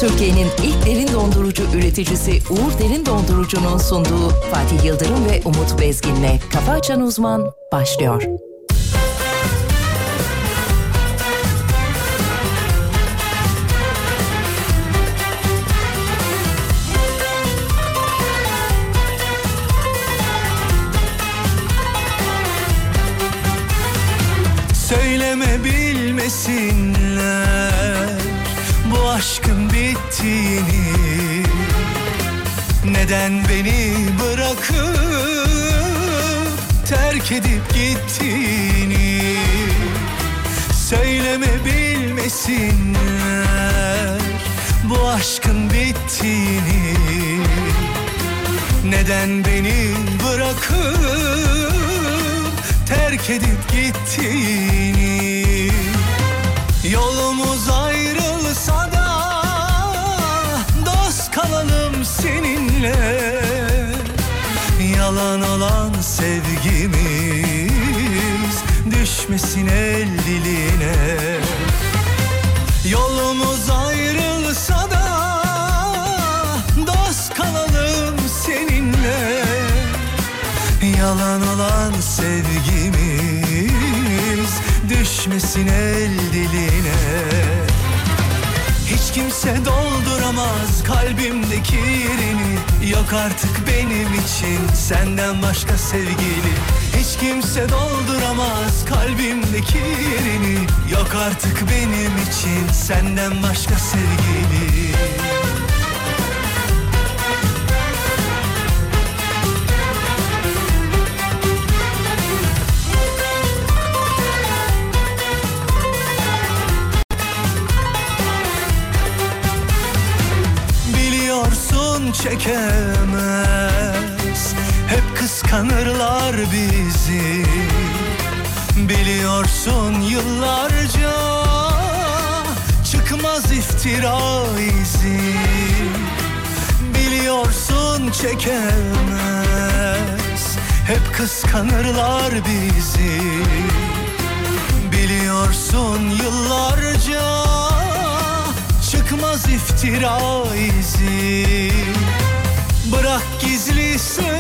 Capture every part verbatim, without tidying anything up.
Türkiye'nin ilk derin dondurucu üreticisi Uğur Derin Dondurucu'nun sunduğu Fatih Yıldırım ve Umut Bezgin'le Kafa Açan Uzman başlıyor. Söyleme bilmesinler bu aşkın bittiğini, neden beni bırakıp terk edip gittiğini. Söyleme bilmesinler bu aşkın bittiğini, neden beni bırakıp terk edip gittiğini. Yolumuz ayrılsa da dost kalalım seninle. Yalan olan sevgimiz düşmesin el diline. Yolumuz ayrılsa da dost kalalım seninle. Yalan olan sevgimiz düşmesin el diline. Hiç kimse dolduramaz kalbimdeki yerini. Yok artık benim için senden başka sevgili. Hiç kimse dolduramaz kalbimdeki yerini. Yok artık benim için senden başka sevgili. Çekemez, hep kıskanırlar bizi. Biliyorsun yıllarca çıkmaz iftira izi. Biliyorsun çekemez, hep kıskanırlar bizi. Biliyorsun yıllarca çıkmaz iftira izi. Bırak gizli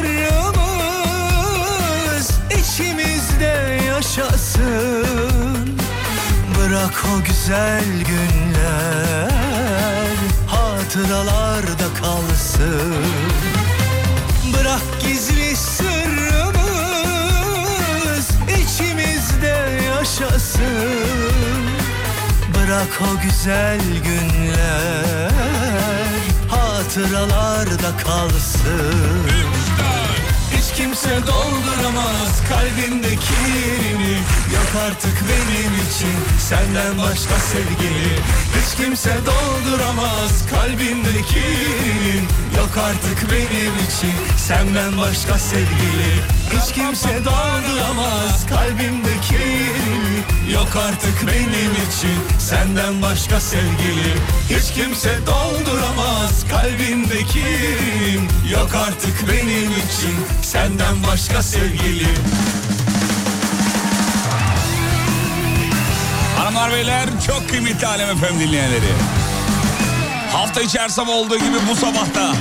sırrımız içimizde yaşasın. Bırak o güzel günler hatıralarda kalsın. Bırak gizli sırrımız içimizde yaşasın. Bırak o güzel günler hatıralarda kalsın. Hiç kimse dolduramaz kalbimdeki yerini. Yok artık benim için senden başka sevgili. Hiç kimse dolduramaz kalbimdeki yerini. Yok artık benim için senden başka sevgili. Hiç kimse dolduramaz kalbimdeki yerini. Yok artık benim için senden başka sevgili. Hiç kimse dolduramaz kalbimdeki yerini. Yok artık benim için senden başka sevgili. Hanımlar beyler, çok kıymetli Alem F M dinleyenleri, hafta içi her sabah olduğu gibi bu sabahta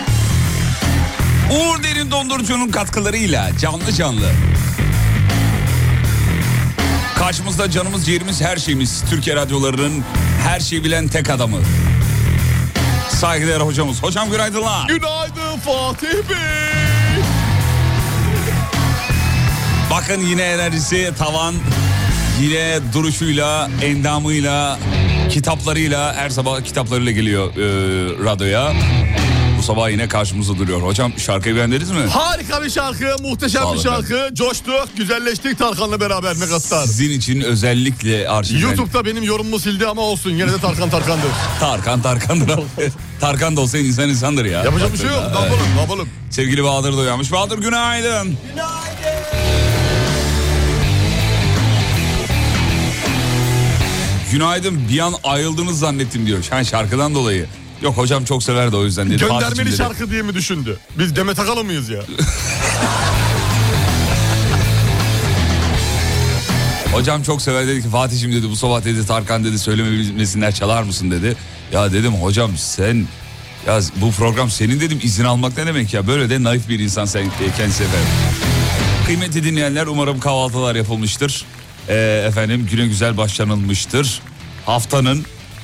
Uğur Derin Dondurucu'nun katkılarıyla canlı canlı karşımızda canımız, ciğerimiz, her şeyimiz, Türkiye radyolarının her şeyi bilen tek adamı, saygıdeğer hocamız. Hocam günaydınlar. Günaydın Fatih Bey. Bakın yine enerjisi tavan, yine duruşuyla, endamıyla, kitaplarıyla, her sabah kitaplarıyla geliyor e, radyoya. Bu sabah yine karşımızda duruyor. Hocam şarkıyı beğendiniz mi? Harika bir şarkı, muhteşem bir şarkı. Efendim. Coştuk, güzelleştik Tarkan'la beraber Megastar. Sizin için özellikle arşivden... YouTube'da benim yorumumu sildi ama olsun, yine de Tarkan Tarkan'dır. Tarkan Tarkan'dır. Tarkan da olsa insan insandır ya. Yapacak bir şey yok, ne yapalım, ne yapalım. Sevgili Bahadır da uyanmış. Bahadır günaydın. Günaydın. Günaydın, bir an ayrıldınız zannettim diyor. Yani şarkıdan dolayı. Yok hocam çok severdi o yüzden dedi. Göndermeli şarkı diye mi düşündü? Biz Demet Akalın mıyız ya? Hocam çok sever, dedi ki Fatih'im dedi bu sabah dedi Tarkan dedi söylememesinler çalar mısın dedi. Ya dedim hocam sen ya bu program senin dedim, izin almak ne demek ya, böyle de naif bir insan sen kendisi efendim. Kıymetli dinleyenler, umarım kahvaltılar yapılmıştır. Ee, efendim güne güzel başlanılmıştır. Haftanın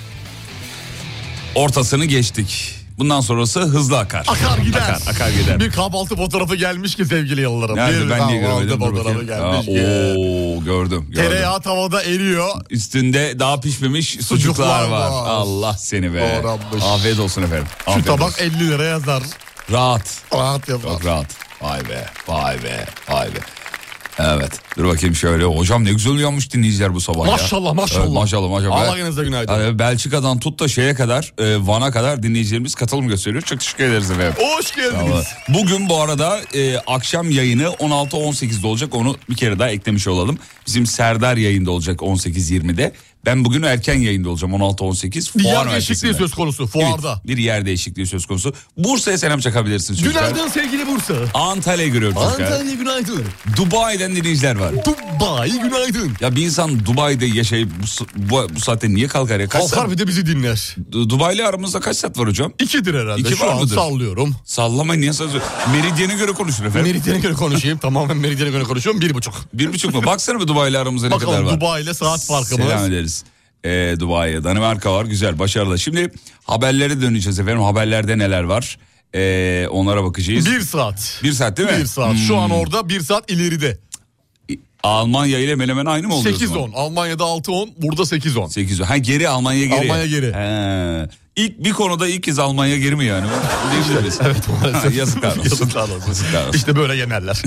ortasını geçtik. Bundan sonrası hızlı akar. Akar gider. Akar, akar gider. Bir kahvaltı fotoğrafı gelmiş ki sevgili yıllarım. Nerede, bir ben niye görmedim? kahvaltı fotoğrafı gelmiş ki. Oo, gördüm, gördüm. Tereyağı tavada eriyor. Üstünde daha pişmemiş sucuklar, Sucuklar var. var. Allah seni be. Doğranmış. Afiyet olsun efendim. Şu Afiyet tabak olsun. elli lira yazar. Rahat. Rahat yapar. Çok rahat. Vay be, vay be, vay be. Evet. Dur bakayım şöyle. Hocam ne güzel uyanmış dinleyiciler bu sabah Maşallah, ya. maşallah. Evet, maşallah maşallah. Allah'ınıza günaydın. Yani Belçika'dan tut da şeye kadar, e, Van'a kadar dinleyicilerimiz katılım gösteriyor. Çok teşekkür ederiz efendim. Hoş geldiniz. Bugün bu arada e, akşam yayını on altı on sekizde olacak. Onu bir kere daha eklemiş olalım. Bizim Serdar yayında olacak on sekiz yirmide. Ben bugün erken yayında olacağım on altı on sekiz. Bir Fuar yer değişikliği merkezinde. söz konusu fuarda. Evet, bir yer değişikliği söz konusu. Bursa'ya selam çakabilirsiniz çocuklar. Günaydın sevgili Bursa. Antalya'ya görüyoruz çocuklar. Antalya günaydın. Dubai'den dinleyiciler var. Dubai günaydın. Ya bir insan Dubai'de yaşayıp bu, bu, bu saatte niye kalkar ya? Kaç Kalkar saat? bir de bizi dinler. Du- Dubai'yle aramızda kaç saat var hocam? İkidir herhalde. İki Şu var an mıdır? sallıyorum. Sallamayın, niye sallıyorsun? Meridyene göre konuşun efendim. Meridyene göre konuşayım. Tamamen meridyene göre konuşuyorum. Bir buçuk. Bir buçuk mu? Baksana bir Dubai'yle aramızda ne kadar Bakalım var. Dubai ile saat farkımız. Selam ederiz. Ee, Dubai'ye. Danimarka var, güzel, başarılı. Şimdi haberlere döneceğiz efendim. Haberlerde neler var? Ee, onlara bakacağız. Bir saat. Bir saat değil mi? Bir saat. Şu an orada bir saat ileride. Almanya ile Menemen aynı mı oluyor? sekiz on. Almanya'da altı on. Burada sekiz on. sekiz on. Ha geri, Almanya geri. Almanya geri. He. İlk bir konuda ilk kez Almanya geri mi yani? Değiştiririz. Evet maalesef. Yazıklar olsun. Yazıklar olsun. Yazıklar olsun. İşte böyle yenerler.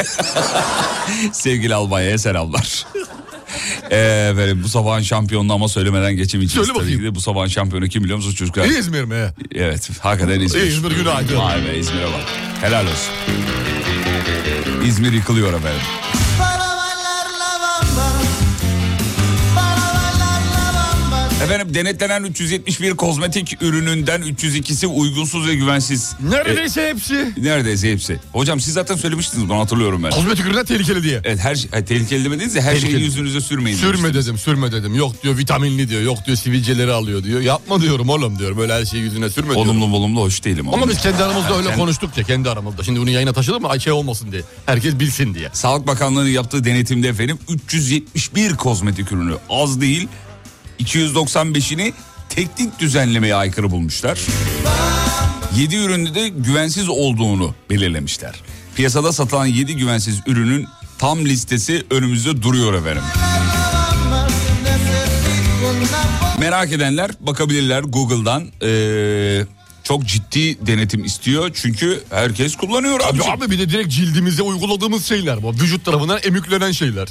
Sevgili Almanya'ya selamlar. Ee, efendim, bu sabahın şampiyonunu ama söylemeden geçemeyeceğiz. Söyle tabii bakayım. ki de. Bu sabahın şampiyonu kim biliyor musunuz çocuklar? İzmir mi? Evet, hakikaten İzmir. İzmir günaydın. Vay be, İzmir'e bak. Helal olsun. İzmir yıkılıyor efendim. Efendim, denetlenen üç yüz yetmiş bir kozmetik ürününden üç yüz ikisi uygunsuz ve güvensiz. Neredeyse hepsi. Neredeyse hepsi. Hocam siz zaten söylemiştiniz, bunu hatırlıyorum ben. Kozmetik ürünler tehlikeli diye. Evet, her şey, hayır, tehlikeli demediniz ya, her şeyi Tehlikeli. yüzünüze sürmeyin. Sürme demiştiniz. dedim, sürme dedim. Yok diyor vitaminli diyor, yok diyor sivilceleri alıyor diyor. Yapma diyorum oğlum diyor. Böyle her şeyi yüzüne sürme diyorum. Olumlu olumlu hoş değilim. Ama biz kendi aramızda öyle Yani- konuştuk ya, kendi aramızda. Şimdi bunu yayına taşıdım mı şey olmasın diye. Herkes bilsin diye. Sağlık Bakanlığı'nın yaptığı denetimde efendim üç yüz yetmiş bir kozmetik ürünü, az değil, iki yüz doksan beşini teknik düzenlemeye aykırı bulmuşlar. yedi üründe de güvensiz olduğunu belirlemişler. Piyasada satılan yedi güvensiz ürünün tam listesi önümüzde duruyor efendim. Merak edenler bakabilirler Google'dan. Ee, çok ciddi denetim istiyor çünkü herkes kullanıyor abi. Abi, abi bir de direkt cildimize uyguladığımız şeyler bu. Vücut tarafından emüklenen şeyler.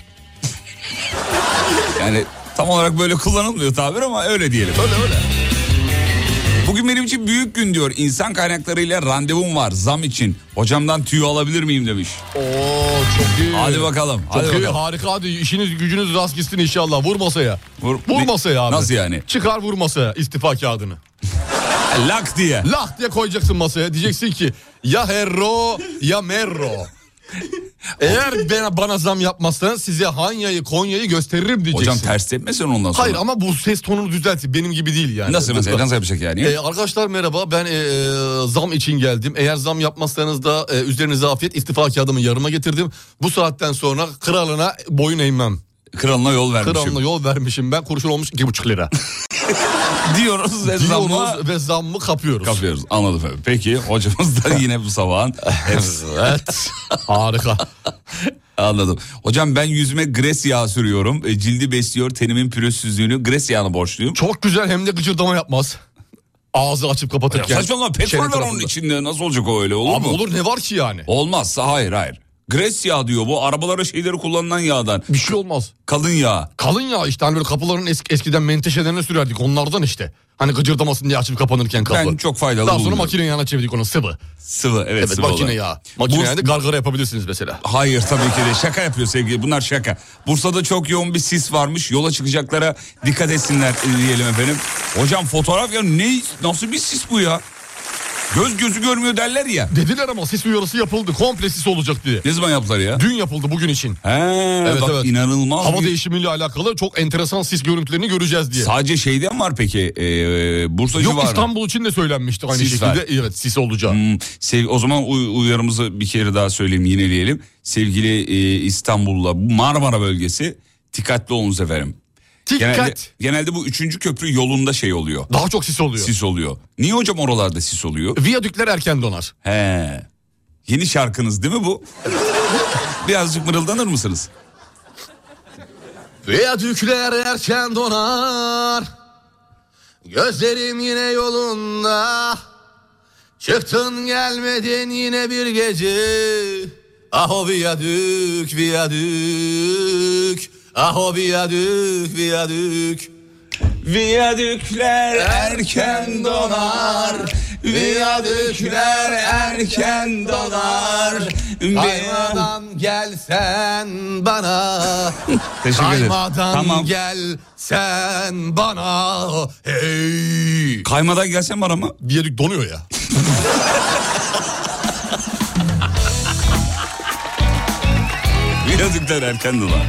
Yani tam olarak böyle kullanılmıyor tabir ama öyle diyelim. Öyle öyle. Bugün benim için büyük gün diyor. İnsan kaynaklarıyla randevum var zam için. Hocamdan tüy alabilir miyim demiş. Oo çok iyi. Hadi bakalım. Çok hadi iyi, bakalım. harika, hadi işiniz gücünüz rast gitsin inşallah. Vur masaya. Vur, Vur ne- masaya abi. Nasıl yani? Çıkar vur masaya istifa kağıdını. Lak diye. Lah diye koyacaksın masaya. Diyeceksin ki ya herro ya merro. Eğer ben, bana zam yapmazsanız size Hanya'yı Konya'yı gösteririm diyeceksin. Hocam ters tepmesin ondan sonra. Hayır ama bu ses tonunu düzeltin. Benim gibi değil yani. Nasıl mesela? Lütfen. Nasıl yapacak yani? Ee, arkadaşlar merhaba, ben e, zam için geldim. Eğer zam yapmazsanız da e, üzerinize afiyet, istifa kağıdımı yarıma getirdim. Bu saatten sonra kralına boyun eğmem. Kralına yol vermişim. Kralına yol vermişim ben, kurşun olmuş iki buçuk lira. Diyoruz ve zamma Diyoruz ve zammı kapıyoruz. kapıyoruz. Anladım efendim. Peki hocamız da yine bu sabahın. Evet. Harika. Anladım. Hocam ben yüzüme gres yağı sürüyorum. E, cildi besliyor, tenimin pürüzsüzlüğünü gres yağına borçluyum. Çok güzel, hem de gıcırdama yapmaz. Ağzı açıp kapatırken. Saçmalama, petrol Çene var onun tarafında. içinde. Nasıl olacak o öyle, olur Abi mu? olur, ne var ki yani? Olmaz. Hayır hayır. Gres yağı diyor, bu arabalara şeyleri kullanılan yağdan. Bir şey olmaz. Kalın yağ. Kalın yağ işte, hani böyle kapıların eski, eskiden menteşelerine sürerdik onlardan işte. Hani gıcırdamasın diye açıp kapanırken kapı. Ben çok faydalı Daha sonra buluyorum. makine yağına çevirdik onu, sıvı. Sıvı, evet, Evet, sıvı makine olan. yağı. Makine Bu- yağında gargara yapabilirsiniz mesela. Hayır tabii ki de, şaka yapıyor sevgili. Bunlar şaka. Bursa'da çok yoğun bir sis varmış. Yola çıkacaklara dikkat etsinler diyelim efendim. Hocam fotoğraf ya, ne, nasıl bir sis bu ya? Göz gözü görmüyor derler ya. Dediler ama sis uyarısı yapıldı. Komple sis olacak diye. Ne zaman yaptılar ya? Dün yapıldı bugün için. He, evet, bak evet. inanılmaz. Hava bir... değişimiyle alakalı çok enteresan sis görüntülerini göreceğiz diye. Sadece şeyde mi var peki? Ee, Bursa Yok civarı. İstanbul için de söylenmişti aynı Sis şekilde. var. Evet sis olacağı. Hmm, sev... O zaman uy- uyarımızı bir kere daha söyleyeyim, yineleyelim. Sevgili e, İstanbul'la Marmara bölgesi dikkatli olunuz efendim. Dikkat. Genelde, genelde bu üçüncü köprü yolunda şey oluyor. Daha çok sis oluyor. Sis oluyor. Niye hocam oralarda sis oluyor? Viyadükler erken donar. He. Yeni şarkınız değil mi bu? Birazcık mırıldanır mısınız? Viyadükler erken donar. Gözlerim yine yolunda. Çıktın gelmedin yine bir gece. Ah o viyadük viyadük. Ah o viyadük viyadük. Viyadükler erken donar. Viyadükler erken donar. Kaymadan gelsen bana. Teşekkür ederim. Kaymadan Tamam. gelsen bana. Hey. Kaymadan gelsen bana mı? Viyadük donuyor ya. Viyadükler erken donar.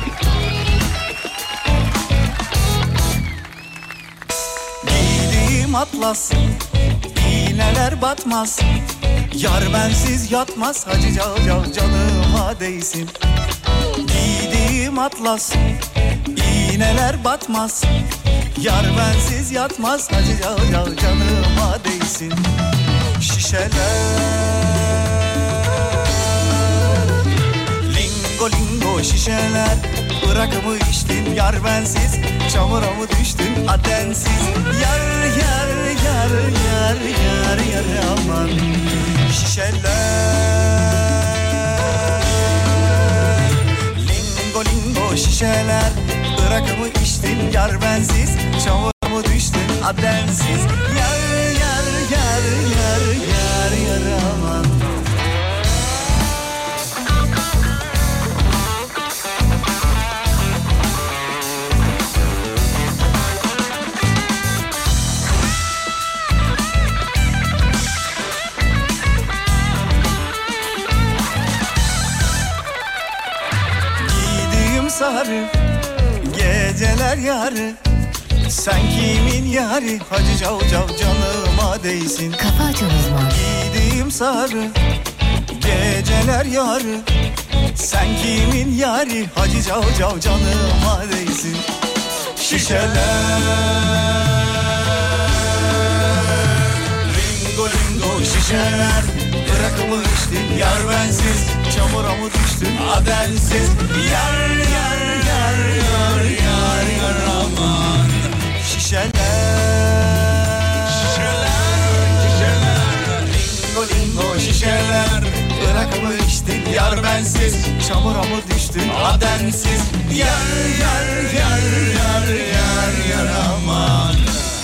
Giydiğim atlas, iğneler batmaz. Yar bensiz yatmaz, hacı cal cal canıma değsin. Giydiğim atlas, iğneler batmaz. Yar bensiz yatmaz, hacı cal cal canıma değsin. Şişeler, lingo lingo şişeler. Irak'ımı içtin yar bensiz, çamura mı düştün adensiz. Yar yar yar yar yar yar aman. Şişeler, lingo lingo şişeler. Irak'ımı içtin yar bensiz, çamura mı düştün adensiz. Yar yar yar yar yar yar aman. Sarı, geceler yarı. Sen kimin yarı? Hacı cav cav canıma değsin. Kafa Açan Uzman. Giydiğim sarı, geceler yarı. Sen kimin yarı? Hacı cav cav canıma değsin. Şişeler, lingo lingo şişeler. Bırakımı içtin yar bensiz, çamura mı düştün adensiz. Yar yar yar yar yar yar aman. Şişeler, şişeler, şişeler. Lingo lingo şişeler. Bırakımı içtin yar bensiz, çamura mı düştün adensiz. Yar yar yar yar yar yar aman.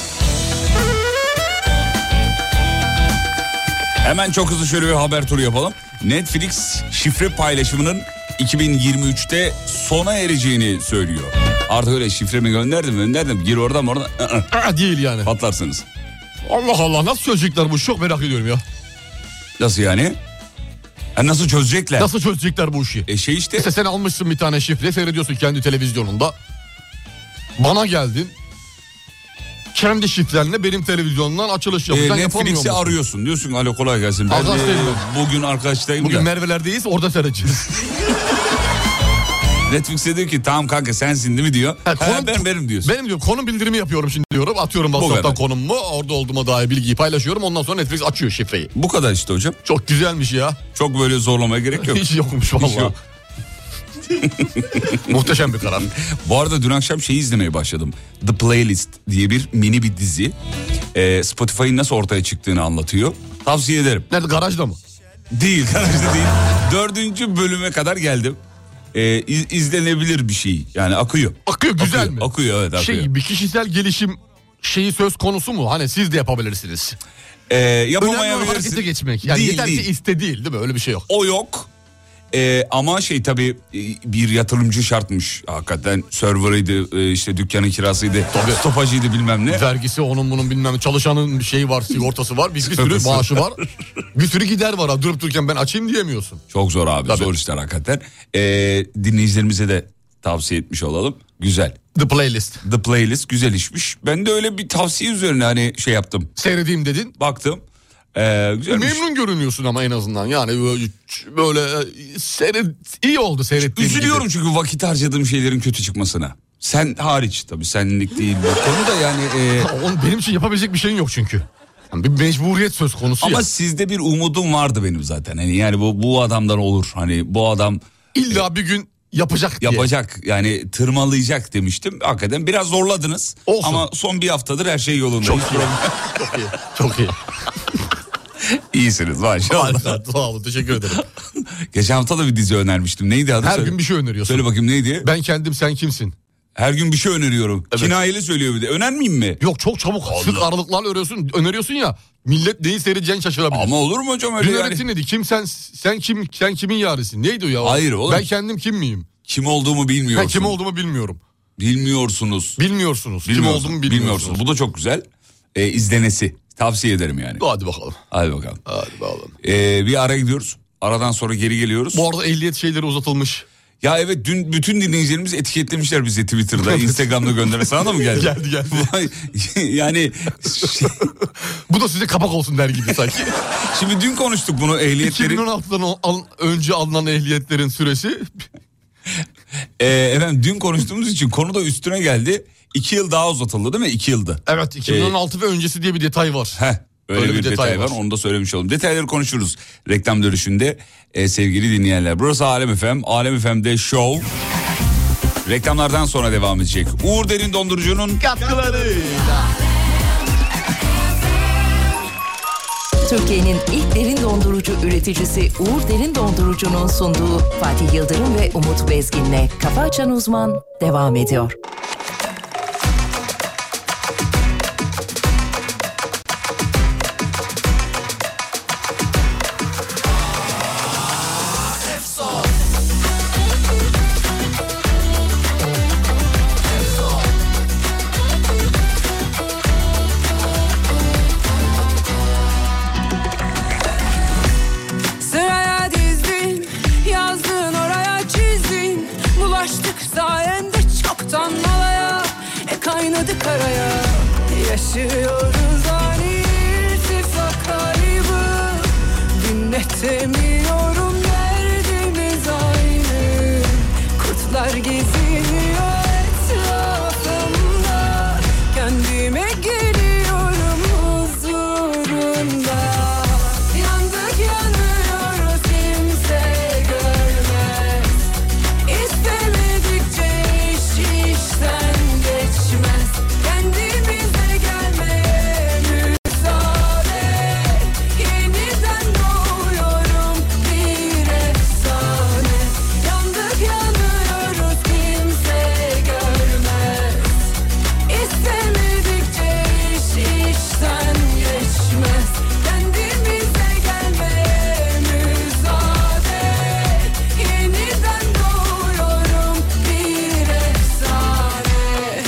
Hemen çok hızlı şöyle bir haber turu yapalım. Netflix şifre paylaşımının iki bin yirmi üçte sona ereceğini söylüyor. Artık öyle şifremi gönderdim gönderdim gir oradan oradan Aa, değil yani. patlarsınız. Allah Allah nasıl çözecekler bu? Çok merak ediyorum ya. Nasıl yani? Ha, nasıl çözecekler? Nasıl çözecekler bu işi? E şey işte. İşte sen almışsın bir tane şifre, seyrediyorsun kendi televizyonunda. Bana geldin. Kendi şifrenle benim televizyondan açılış yapacaksın. E, Yapamıyor Netflix'i musun? arıyorsun. Diyorsun alo kolay gelsin. Ben Arkadaşlarım. de bugün arkadaştayım Bugün da. Merve'lerdeyiz, orada seyredeceğiz. Netflix'e diyor ki tamam kanka sensin değil mi diyor. Ha, Ha, konum- ben benim diyorsun. Benim diyorum konum bildirimi yapıyorum şimdi diyorum. Atıyorum WhatsApp'tan kadar. konumumu. Orada olduğuma dair bilgiyi paylaşıyorum. Ondan sonra Netflix açıyor şifreyi. Bu kadar işte hocam. Çok güzelmiş ya. Çok böyle zorlamaya gerek yok. Hiç yokmuş vallahi. yok. Muhteşem bir karar. Bu arada dün akşam şeyi izlemeye başladım. The Playlist diye bir mini bir dizi. Ee, Spotify'ın nasıl ortaya çıktığını anlatıyor. Tavsiye ederim. Nerede, garajda mı? Değil, garajda değil. Dördüncü bölüme kadar geldim. Ee, iz- izlenebilir bir şey. Yani akıyor. Akıyor, güzel akıyor, mi? Akıyor evet akıyor. Şey, bir kişisel gelişim şeyi söz konusu mu? Hani siz de yapabilirsiniz. Ee, Önemli olan yapamayabilirsin. harekete geçmek. Yani Değil, yeter değil. ki iste değil değil mi? Öyle bir şey yok. O yok. Ee, ama şey tabii bir yatırımcı şartmış. Hakikaten serverıydı, işte dükkanın kirasıydı, tabii. stopajıydı bilmem ne. Vergisi onun bunun bilmem ne. Çalışanın bir şeyi var, sigortası var. Bir, bir sürü maaşı var. Bir sürü gider var. Ha. Durup dururken ben açayım diyemiyorsun. Çok zor abi, tabii. Zor işler hakikaten. Ee, dinleyicilerimize de tavsiye etmiş olalım. Güzel. The Playlist. The Playlist güzel işmiş. Ben de öyle bir tavsiye üzerine hani şey yaptım. Seyredeyim dedin. Baktım. Ee, güzelmiş. Memnun görünüyorsun ama en azından. Yani böyle, böyle seyret, iyi oldu seyrettiğim gibi. Üzülüyorum çünkü vakit harcadığım şeylerin kötü çıkmasına. Sen hariç tabii, senlik değil bu konu da yani. E... Onun benim için yapabilecek bir şeyin yok çünkü. Yani bir mecburiyet söz konusu ama ya. sizde bir umudum vardı benim zaten. Hani yani bu bu adamdan olur. Hani bu adam illa e... bir gün yapacak diye. Yapacak yani, tırmalayacak demiştim. Hakikaten biraz zorladınız. Olsun. Ama son bir haftadır her şey yolunda. Çok iyi. Çok iyi. Çok iyi. İyisiniz maşallah. Sağ olun, teşekkür ederim. Geçen hafta da bir dizi önermiştim. Neydi adı? Her Söyle. gün bir şey öneriyorsun. Söyle bakayım neydi? Ben kendim sen kimsin? Her gün bir şey öneriyorum. Evet. Kinayeli söylüyor bir de. Önermeyeyim mi? Yok, çok çabuk Allah. Sık aralıklarla öneriyorsun, öneriyorsun ya. Millet neyi seyredeceğini şaşırabilir. Ama olur mu hocam öyle Dün yani? öğretin dedi. Kim sen, sen kim, sen kimin yarısın? Neydi o ya? Hayır oğlum. Ben kendim kim miyim? Kim olduğumu bilmiyorsun. Ben kim olduğumu bilmiyorum. Bilmiyorsunuz. Bilmiyorsunuz. Kim Bilmiyorsun. olduğumu bilmiyorsunuz. Bilmiyorsunuz. Bu da çok güzel. Ee, izlenesi. Tavsiye ederim yani. Hadi bakalım. Hadi bakalım. Hadi bakalım. Ee, bir ara gidiyoruz. Aradan sonra geri geliyoruz. Bu arada ehliyet şeyleri uzatılmış. Ya evet, dün bütün dinleyicilerimiz etiketlemişler bizi Twitter'da, Instagram'da gönderen. Sana da mı geldi? Geldi geldi. Yani şey... Bu da size kapak olsun der gibi sanki. Şimdi dün konuştuk bunu, ehliyetleri. iki bin on altıdan al, önce alınan ehliyetlerin süresi. ee, efendim dün konuştuğumuz için konu da üstüne geldi. İki yıl daha uzatıldı değil mi? İki yıldı. Evet, iki bin on altı ee, ve öncesi diye bir detay var. Heh. Öyle, Öyle bir, bir detay, detay var. var. Onu da söylemiş olalım. Detayları konuşuruz reklam dönüşünde ee, sevgili dinleyenler. Burası Alem F M. Alem F M'de show. Reklamlardan sonra devam edecek. Uğur Derin Dondurucu'nun katkılarıyla. Türkiye'nin ilk derin dondurucu üreticisi Uğur Derin Dondurucu'nun sunduğu Fatih Yıldırım ve Umut Bezgin'le Kafa Açan Uzman devam ediyor. Yaşıyoruz ani irtifak kaybı. Dinletemiyorum, derdimiz aynı. Kurtlar geziniyor etrafımda. Kendime geliyorum huzurunda. Yandık yanıyoruz, kimse görmez. İstemedikçe iş işten geçmez. Kendimize gelmeye müsaade. Yeniden doğuyorum bir efsane. Yandık yanıyoruz, kimse görmez. İstemedikçe iş işten geçmez. Kendimize gelmeye müsaade. Yeniden doğuyorum bir efsane.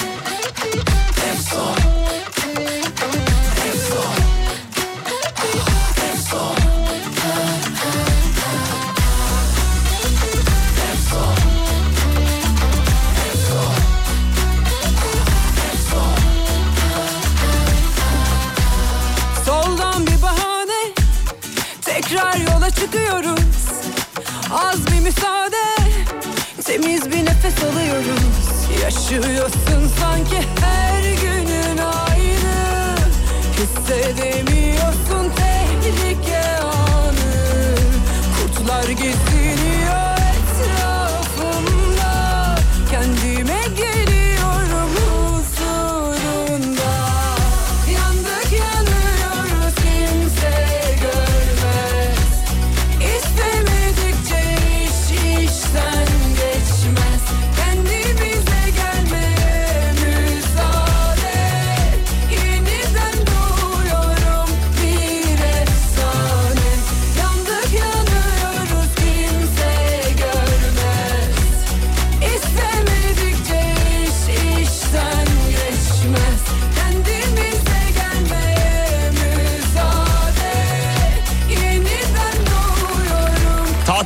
Soldan bir bahane, tekrar yola çıkıyoruz. Az bir müsaade, temiz bir nefes alıyoruz. Yaşıyorsun sanki her günün aynı. Hissedemiyorsun tehlike anı. Kurtlar geziniyor etrafımda. Kendime geliyorum huzurunda. Yandık yanıyoruz, kimse görmez. İstemedikçe iş işten geçmez. Kendimize gelmeye müsaade. Yeniden doğuyorum bir efsane. Yandık yanıyoruz, kimse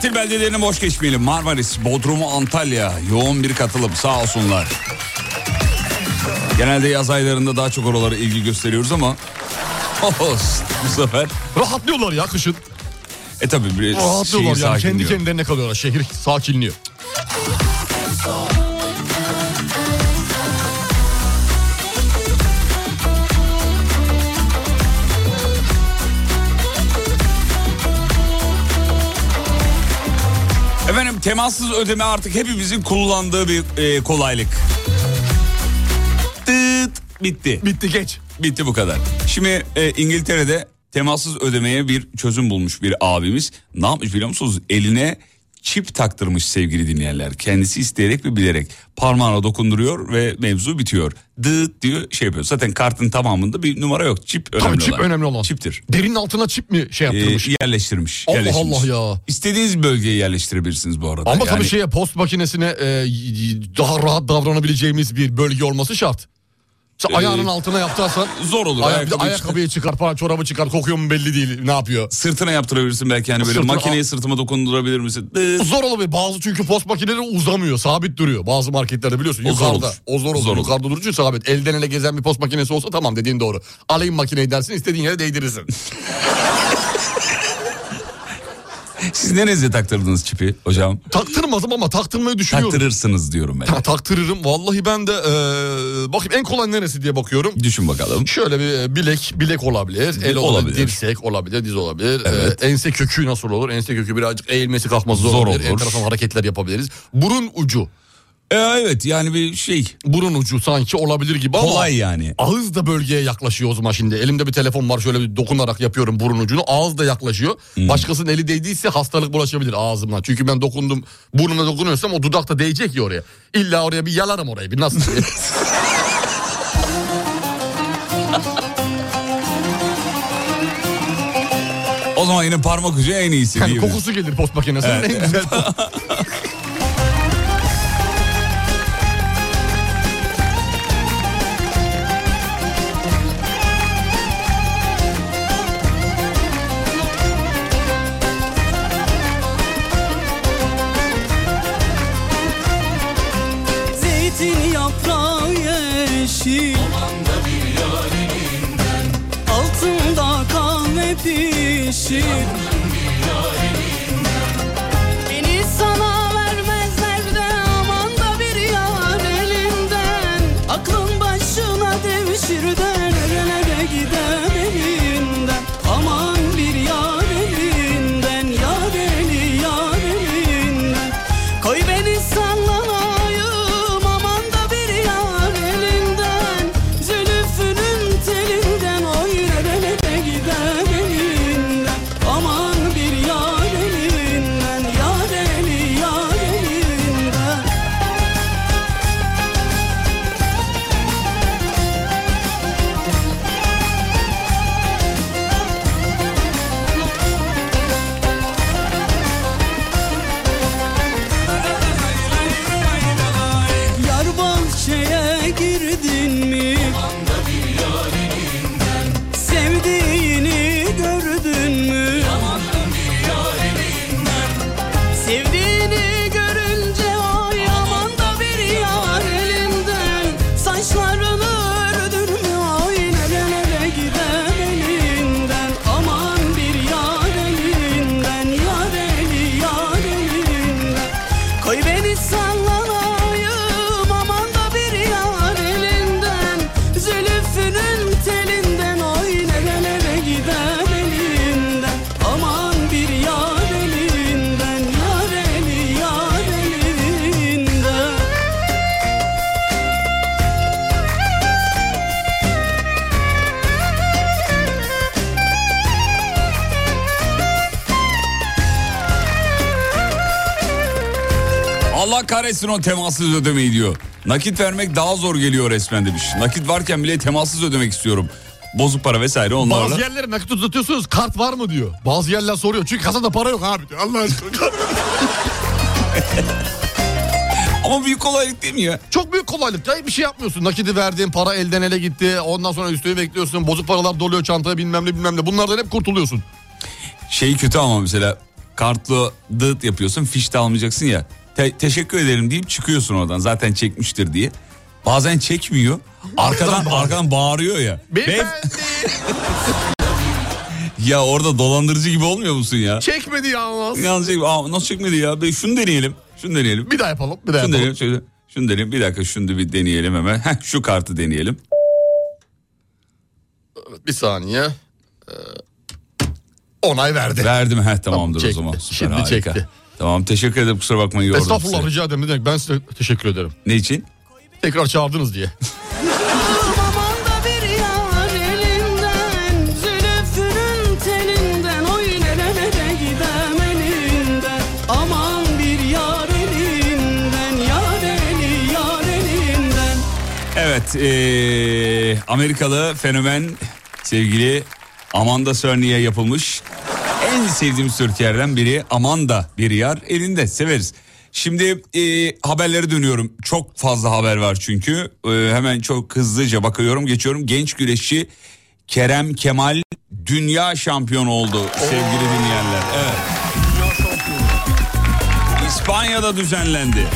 Tatil beldelerini boş geçmeyelim. Marmaris, Bodrum, Antalya yoğun bir katılım, sağ olsunlar. Genelde yaz aylarında daha çok oralara ilgi gösteriyoruz ama bu sefer rahatlıyorlar ya kışın. E tabii bir rahatlıyorlar şehir yani, kendi sakinliyor. kendilerine kalıyorlar, şehir sakinliyor. Efendim, temassız ödeme artık hepimizin kullandığı bir e, kolaylık. Tıt, bitti. Bitti, geç. Bitti, bu kadar. Şimdi e, İngiltere'de temassız ödemeye bir çözüm bulmuş bir abimiz. Ne yapmış biliyor musunuz? Eline çip taktırmış sevgili dinleyenler. Kendisi isteyerek ve bilerek parmağına dokunduruyor ve mevzu bitiyor. Dıt diyor, şey yapıyor. Zaten kartın tamamında bir numara yok. Çip önemli Tabii çip olan. önemli olan. Çiptir. Derinin altına çip mi şey yaptırmış? Ee, yerleştirmiş. Allah yerleştirmiş. Allah ya. İstediğiniz bölgeye yerleştirebilirsiniz bu arada. Ama yani... tabii şeye, post makinesine e, daha rahat davranabileceğimiz bir bölge olması şart. Sen Ee, ayağının altına yaptırsan zor olur. Aya, ayakkabı ayakkabıyı çıkar falan, çorabı çıkar, kokuyor mu belli değil, ne yapıyor? Sırtına yaptırabilirsin belki, hani böyle Sırtına, makineye al. sırtıma dokundurabilir misin? Dıt. Zor olabilir. Bazı çünkü post makineleri uzamıyor, sabit duruyor. Bazı marketlerde biliyorsun, O zor yukarıda. olur. O zor olur. Zor olur. Yukarıda durucu sabit. Elden ele gezen bir post makinesi olsa tamam, dediğin doğru. Alayım makineyi dersin, istediğin yere değdirirsin. Siz nerenize taktırdınız çipi hocam? Taktırmazım ama taktırmayı düşünüyorum. Taktırırsınız diyorum ben. Ta- taktırırım. Vallahi ben de ee, bakayım en kolay neresi diye bakıyorum. Düşün bakalım. Şöyle bir bilek, bilek olabilir, el olabilir, Olabilir. dirsek olabilir, diz olabilir. Evet. Ee, ense kökü nasıl olur? Ense kökü birazcık eğilmesi, kalkması zor, Zor olabilir. olur. Enteresan hareketler yapabiliriz. Burun ucu. Ee, evet, yani bir şey. Burun ucu sanki olabilir gibi ama Kolay yani. ağız da bölgeye yaklaşıyor o zaman şimdi. Elimde bir telefon var, şöyle bir dokunarak yapıyorum burun ucunu. Ağız da yaklaşıyor. Hmm. Başkasının eli değdiyse hastalık bulaşabilir ağzımdan. Çünkü ben dokundum, burnuna dokunuyorsam o dudak da değecek ya oraya. İlla oraya bir yalarım orayı. Bir nasıl? O zaman yine parmak ucu en iyisi Yani değil mi? kokusu gelir post makinesinin Evet. en güzel. Zeytin yaprağı yeşil, altında kahve pişir. Beni sana vermezler de aman da bir yar elinden. Aklın başına devşir de nerelere gider elinden. Aman bir yar elinden, yar eli yar elinden. Koy beni sallanayım aman da bir yar elinden. Zülüfünün telinden oy nerelere gider elinden. Aman bir yar elinden, yar eli yar elinden. Yar bahçeye girdin mi? Sevdiğini gördün mü? Sevdiğini görünce ay aman da bir yar elinden. Saçlarını ördün mü ay nerelere gider elinden. Aman bir yar elinden, yar eli yar elinden. Koy beni sallanayım aman da bir yar elinden. Zülüfünün telinden oy nerelere gider elinden. Aman bir yar elinden, yar eli yar elinden. Allah kahretsin o temassız ödemeyi diyor. Nakit vermek daha zor geliyor resmen demiş. Nakit varken bile temassız ödemek istiyorum. Bozuk para vesaire onlarla. Bazı yerlere nakit uzatıyorsunuz, kart var mı diyor. Bazı yerler soruyor çünkü kasada para yok abi diyor. Allah aşkına. Ama büyük kolaylık değil mi ya? Çok büyük kolaylık ya, bir şey yapmıyorsun. Nakidi verdiğin para elden ele gitti. Ondan sonra üstüne bekliyorsun. Bozuk paralar doluyor çantaya, bilmem ne bilmem ne. Bunlardan hep kurtuluyorsun. Şey kötü ama mesela kartlı dıt yapıyorsun, fiş de almayacaksın ya. Te- teşekkür ederim deyip çıkıyorsun oradan, zaten çekmiştir diye. Bazen çekmiyor. Arkadan arkadan bağırıyor ya. Beyefendi. Ya orada dolandırıcı gibi olmuyor musun ya? Çekmedi yalnız. Yalnız çek- Aa, nasıl çekmedi ya? Be, şunu deneyelim. Şunu deneyelim. Bir daha yapalım. Bir daha Şunu yapalım. deneyelim. Şöyle, şunu deneyelim. Bir dakika şunu da bir deneyelim hemen. Heh, şu kartı deneyelim. Bir saniye. Ee, onay verdi. Verdim. Heh, tamamdır Tamam, o zaman. çekti. Süper, Şimdi harika. çekti. Tamam, teşekkür ederim, kusura bakmayın yordum Estağfurullah, sizi. rica ederim. Ne demek, ben size teşekkür ederim. Ne için? Tekrar çağırdınız diye. Aman da bir yar elinden, zülüfünün telinden, oy nerelere gidem elinden. Aman bir yar elinden, yar eli yar elinden. Evet, ee, Amerikalı fenomen sevgili Amanda Cerny'e yapılmış en sevdiğimiz Türkiye'lerden biri Amanda bir yar elinde, severiz. Şimdi e, haberlere dönüyorum. Çok fazla haber var çünkü. E, hemen çok hızlıca bakıyorum, geçiyorum. Genç güreşçi Kerem Kemal dünya şampiyonu oldu sevgili dinleyenler. Evet. İspanya'da düzenlendi.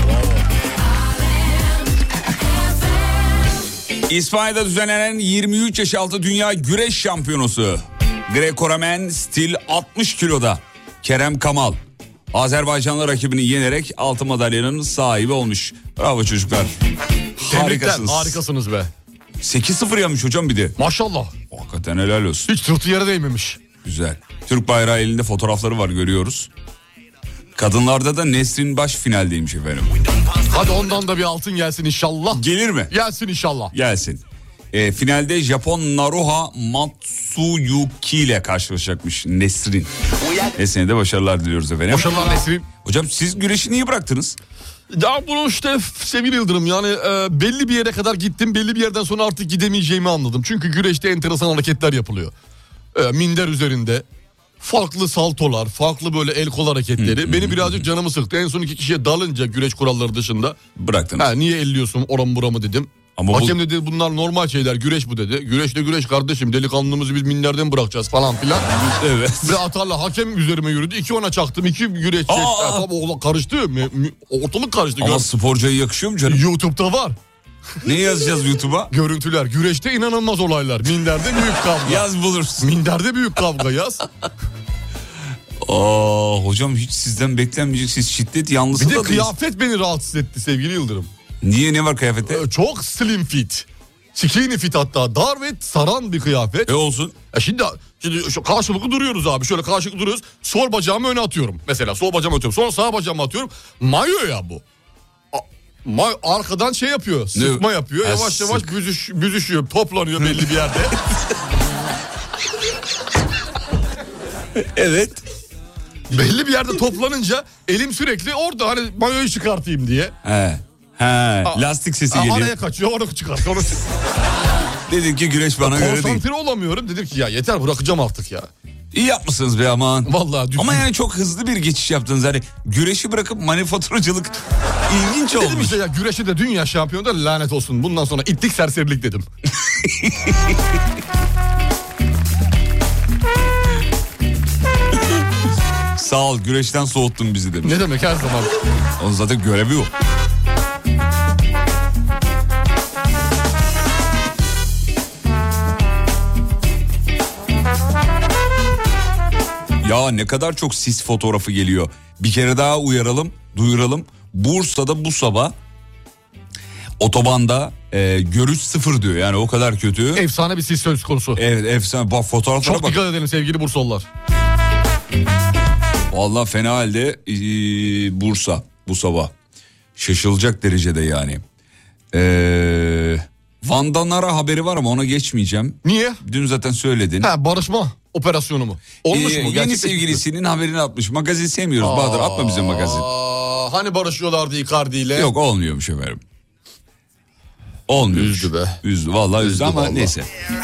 İspanya'da düzenlenen yirmi üç yaş altı dünya güreş şampiyonası Greco-Romen stil altmış kiloda Kerem Kamal Azerbaycanlı rakibini yenerek altın madalyanın sahibi olmuş. Bravo çocuklar. Tebrikler, Harikasınız. harikasınız be. sekiz sıfır yapmış hocam bir de. Maşallah. Hakikaten helal olsun. Hiç sırtı yere değmemiş. Güzel. Türk bayrağı elinde fotoğrafları var, görüyoruz. Kadınlarda da Nesrin Baş finaldeymiş efendim. Hadi ondan da bir altın gelsin inşallah. Gelir mi? Gelsin inşallah. Gelsin. E, finalde Japon Naruha Matsuyuki ile karşılaşacakmış Nesrin. Nesrin'e de başarılar diliyoruz efendim. Başarılar Nesrin. Hocam siz güreşi niye bıraktınız? Ya bunu işte sevgili Yıldırım, yani e, belli bir yere kadar gittim. Belli bir yerden sonra artık gidemeyeceğimi anladım. Çünkü güreşte enteresan hareketler yapılıyor. E, minder üzerinde farklı saltolar, farklı böyle el kol hareketleri. Hı, Beni hı, birazcık hı. canımı sıktı. En son iki kişiye dalınca güreş kuralları dışında. Bıraktınız. Ha, niye elliyorsun oramı buramı dedim. Ama hakem bu... dedi bunlar normal şeyler, güreş bu dedi. Güreşle güreş kardeşim, delikanlımızı biz minderden bırakacağız falan filan. Evet. Ve atarla hakem üzerime yürüdü. İki ona çaktım, iki güreş çekti. Tabii karıştı, ortalık karıştı. Ama sporcuya yakışıyor mu canım? YouTube'da var. Ne yazacağız YouTube'a? Görüntüler. Güreşte inanılmaz olaylar. Minderde büyük kavga. Yaz bulursun. Minderde büyük kavga yaz. Aa, hocam hiç sizden beklenmeyecek, siz şiddet yanlısı da Bir de değiliz. kıyafet beni rahatsız etti sevgili Yıldırım. Niye, ne var kıyafette? Ee, çok slim fit. Skinny fit, hatta dar ve saran bir kıyafet. E olsun. E şimdi, şimdi şu karşılıklı duruyoruz abi. Şöyle karşılıklı duruyoruz. Sol bacağımı öne atıyorum. Mesela sol bacağımı atıyorum. Sonra sağ bacağımı atıyorum. Mayo ya bu. A- ma- arkadan şey yapıyor. Sıkma ne? yapıyor. Ha, yavaş sık. yavaş büzüş, büzüşüyor. Toplanıyor belli bir yerde. Evet. Belli bir yerde toplanınca elim sürekli orada, hani mayoyu çıkartayım diye. He. He. A- lastik sesi a- geliyor. Araya kaçıyor, onu çıkart. Onu... Dedim ki güreş bana göre değil. Konsantre olamıyorum. Dedim ki ya yeter, bırakacağım artık ya. İyi yapmışsınız be aman. Vallahi düzgün. Ama yani çok hızlı bir geçiş yaptınız. Hani güreşi bırakıp manifaturacılık ilginç olmuş. Dedim işte ya, güreşi de dünya şampiyonu da lanet olsun. Bundan sonra itlik serserilik dedim. Sağ ol, güreşten soğuttun bizi demiş. Ne demek, her zaman. Onun zaten görevi o. Ya ne kadar çok sis fotoğrafı geliyor. Bir kere daha uyaralım, duyuralım. Bursa'da bu sabah otobanda e, görüş sıfır diyor. Yani o kadar kötü. Efsane bir sis söz konusu. Evet, efsane. Bak fotoğraflara Çok bak. dikkat edelim sevgili Bursalılar. Vallahi fena halde e, Bursa bu sabah. Şaşılacak derecede yani. Eee... Van'dan ara haberi var ama ona geçmeyeceğim. Niye? Dün zaten söyledin. Ha, barışma operasyonu mu? Olmuş ee, mu? Yeni Gerçekten sevgilisinin haberini atmış. Magazin sevmiyoruz. Aa, Bahadır atma bize magazin. Hani barışıyorlardı Icardi ile? Yok, olmuyormuş efendim. Olmuyormuş. Üzdü be. Üzdü vallahi üzdü, üzdü ama vallahi. Neyse.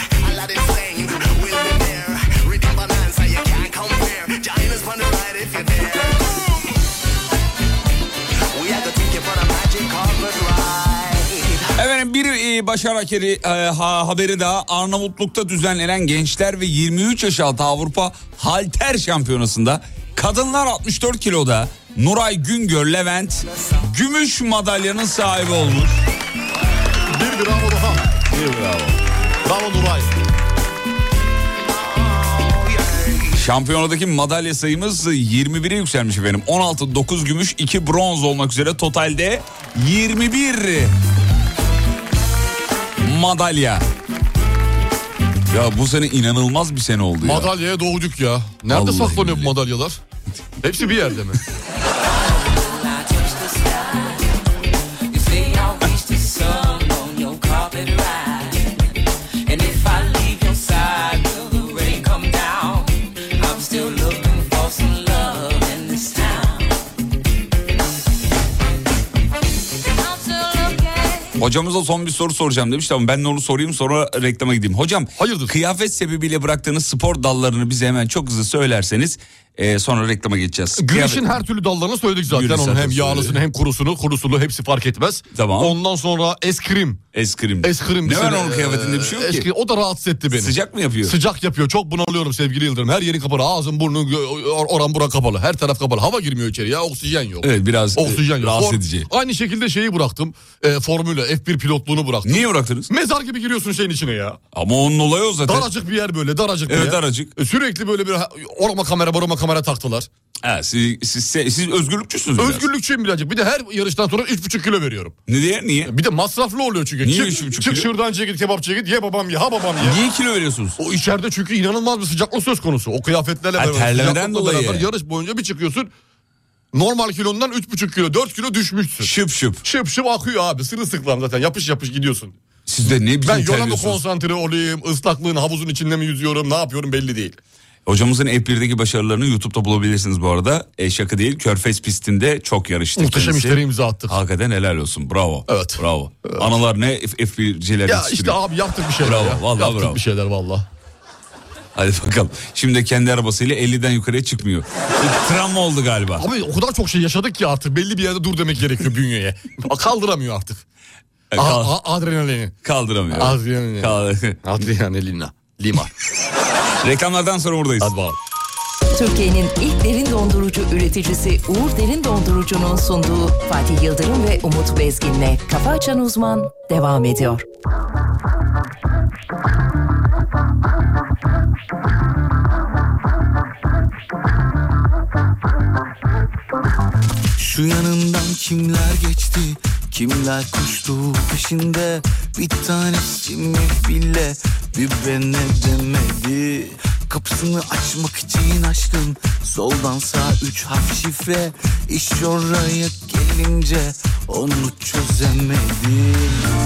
Efendim bir e, başarı hakeri, e, ha, haberi daha. Arnavutluk'ta düzenlenen gençler ve yirmi üç yaş altı Avrupa Halter Şampiyonası'nda Kadınlar altmış dört kiloda Nuray Güngör Levent gümüş madalyanın sahibi olmuş. Bir bravo daha. Bir bravo. Bravo Nuray. Şampiyonadaki madalya sayımız yirmi bire yükselmiş efendim. on altı, dokuz gümüş, iki bronz olmak üzere totalde yirmi bir madalya. Ya bu sene inanılmaz bir sene oldu ya. Madalyaya doğduk ya. Nerede Vallahi saklanıyor bu billahi. madalyalar? Hepsi bir yerde mi? Hocamıza son bir soru soracağım demiş. Tamam, ben de onu sorayım, sonra reklama gideyim. Hocam, hayırdır? Kıyafet sebebiyle bıraktığınız spor dallarını bize hemen çok hızlı söylerseniz e, sonra reklama geçeceğiz. Güneşin Kıyafet... her türlü dallarını söyledik zaten. Güneş Onun zaten hem yağlısını söyledi. hem kurusunu, kurusunu hepsi fark etmez. Tamam. Ondan sonra eskrim. Eskrim. Eskrim. Ne var onun kıyafetinde, bir şey yok ki. Eskrim. O da rahatsız etti beni. Sıcak mı yapıyor? Sıcak yapıyor. Çok bunalıyorum sevgili Yıldırım. Her yerin kapalı. Ağzın, burnun, oran buran kapalı. Her taraf kapalı. Hava girmiyor içeri ya. Oksijen yok. Evet, biraz Oksijen e, yok. rahatsız For- edici. Aynı şekilde şeyi bıraktım. E, Formula F bir pilotluğunu bıraktım. Niye bıraktınız? Mezar gibi giriyorsun şeyin içine ya. Ama onun olayı o zaten. Daracık bir yer böyle. Daracık bir Evet, yer. daracık. E, sürekli böyle bir orama kamera barama kamera taktılar. Ha, siz, siz, siz, siz özgürlükçüsünüz biraz. Özgürlükçüyüm birazcık. Bir de her yarıştan sonra üç buçuk kilo veriyorum. Ne diye? Niye? Bir de masraflı oluyor çünkü. Niye çık, üç buçuk çık kilo? şırdancıya git, kebapçıya git, ye babam ye, ha babam ye. Niye kilo veriyorsunuz? O içeride çünkü inanılmaz bir sıcaklık söz konusu. O kıyafetlerle Ha, beraber. terlemeden sıcaklıkla dolayı. beraber yarış boyunca bir çıkıyorsun. Normal kilondan üç buçuk kilo, dört kilo düşmüşsün. Şıp şıp. Şıp şıp akıyor abi. Sırılsıklam zaten. Yapış yapış gidiyorsun. Siz de ne biçim Ben yola mı terliyorsunuz? konsantre olayım, ıslaklığın havuzun içinde mi yüzüyorum, ne yapıyorum belli değil. Hocamızın F bir'deki başarılarını YouTube'da bulabilirsiniz bu arada. E, şaka değil, Körfez pistinde çok yarıştı. Muhteşem kendisi. işleri imza attık. Hakikaten helal olsun, bravo. Evet. Bravo. Analar ne F bir'ciler Ya yetiştiriyor. işte abi yaptık bir şeyler Bravo, ya. vallahi yaptık bravo. bir şeyler valla. Hadi bakalım. Şimdi kendi arabasıyla elliden yukarıya çıkmıyor. E, travma oldu galiba. Abi o kadar çok şey yaşadık ki artık belli bir yerde dur demek gerekiyor bünyeye. Kaldıramıyor artık. E, kal- A- a- adrenalini. kaldıramıyor. Adrenalini. Kal- Adrenalina. Lima. Reklamlardan sonra buradayız. Hadi bakalım. Türkiye'nin ilk derin dondurucu üreticisi Uğur Derin Dondurucu'nun sunduğu Fatih Yıldırım ve Umut Bezgin'le Kafa Açan Uzman devam ediyor. Şu yanından kimler geçti, kimler koştu peşinde. Bir tanesi mi bile bir bana demedi. Kapısını açmak için açtım, soldan sağ üç harf şifre. İş oraya gelince onu çözemedim.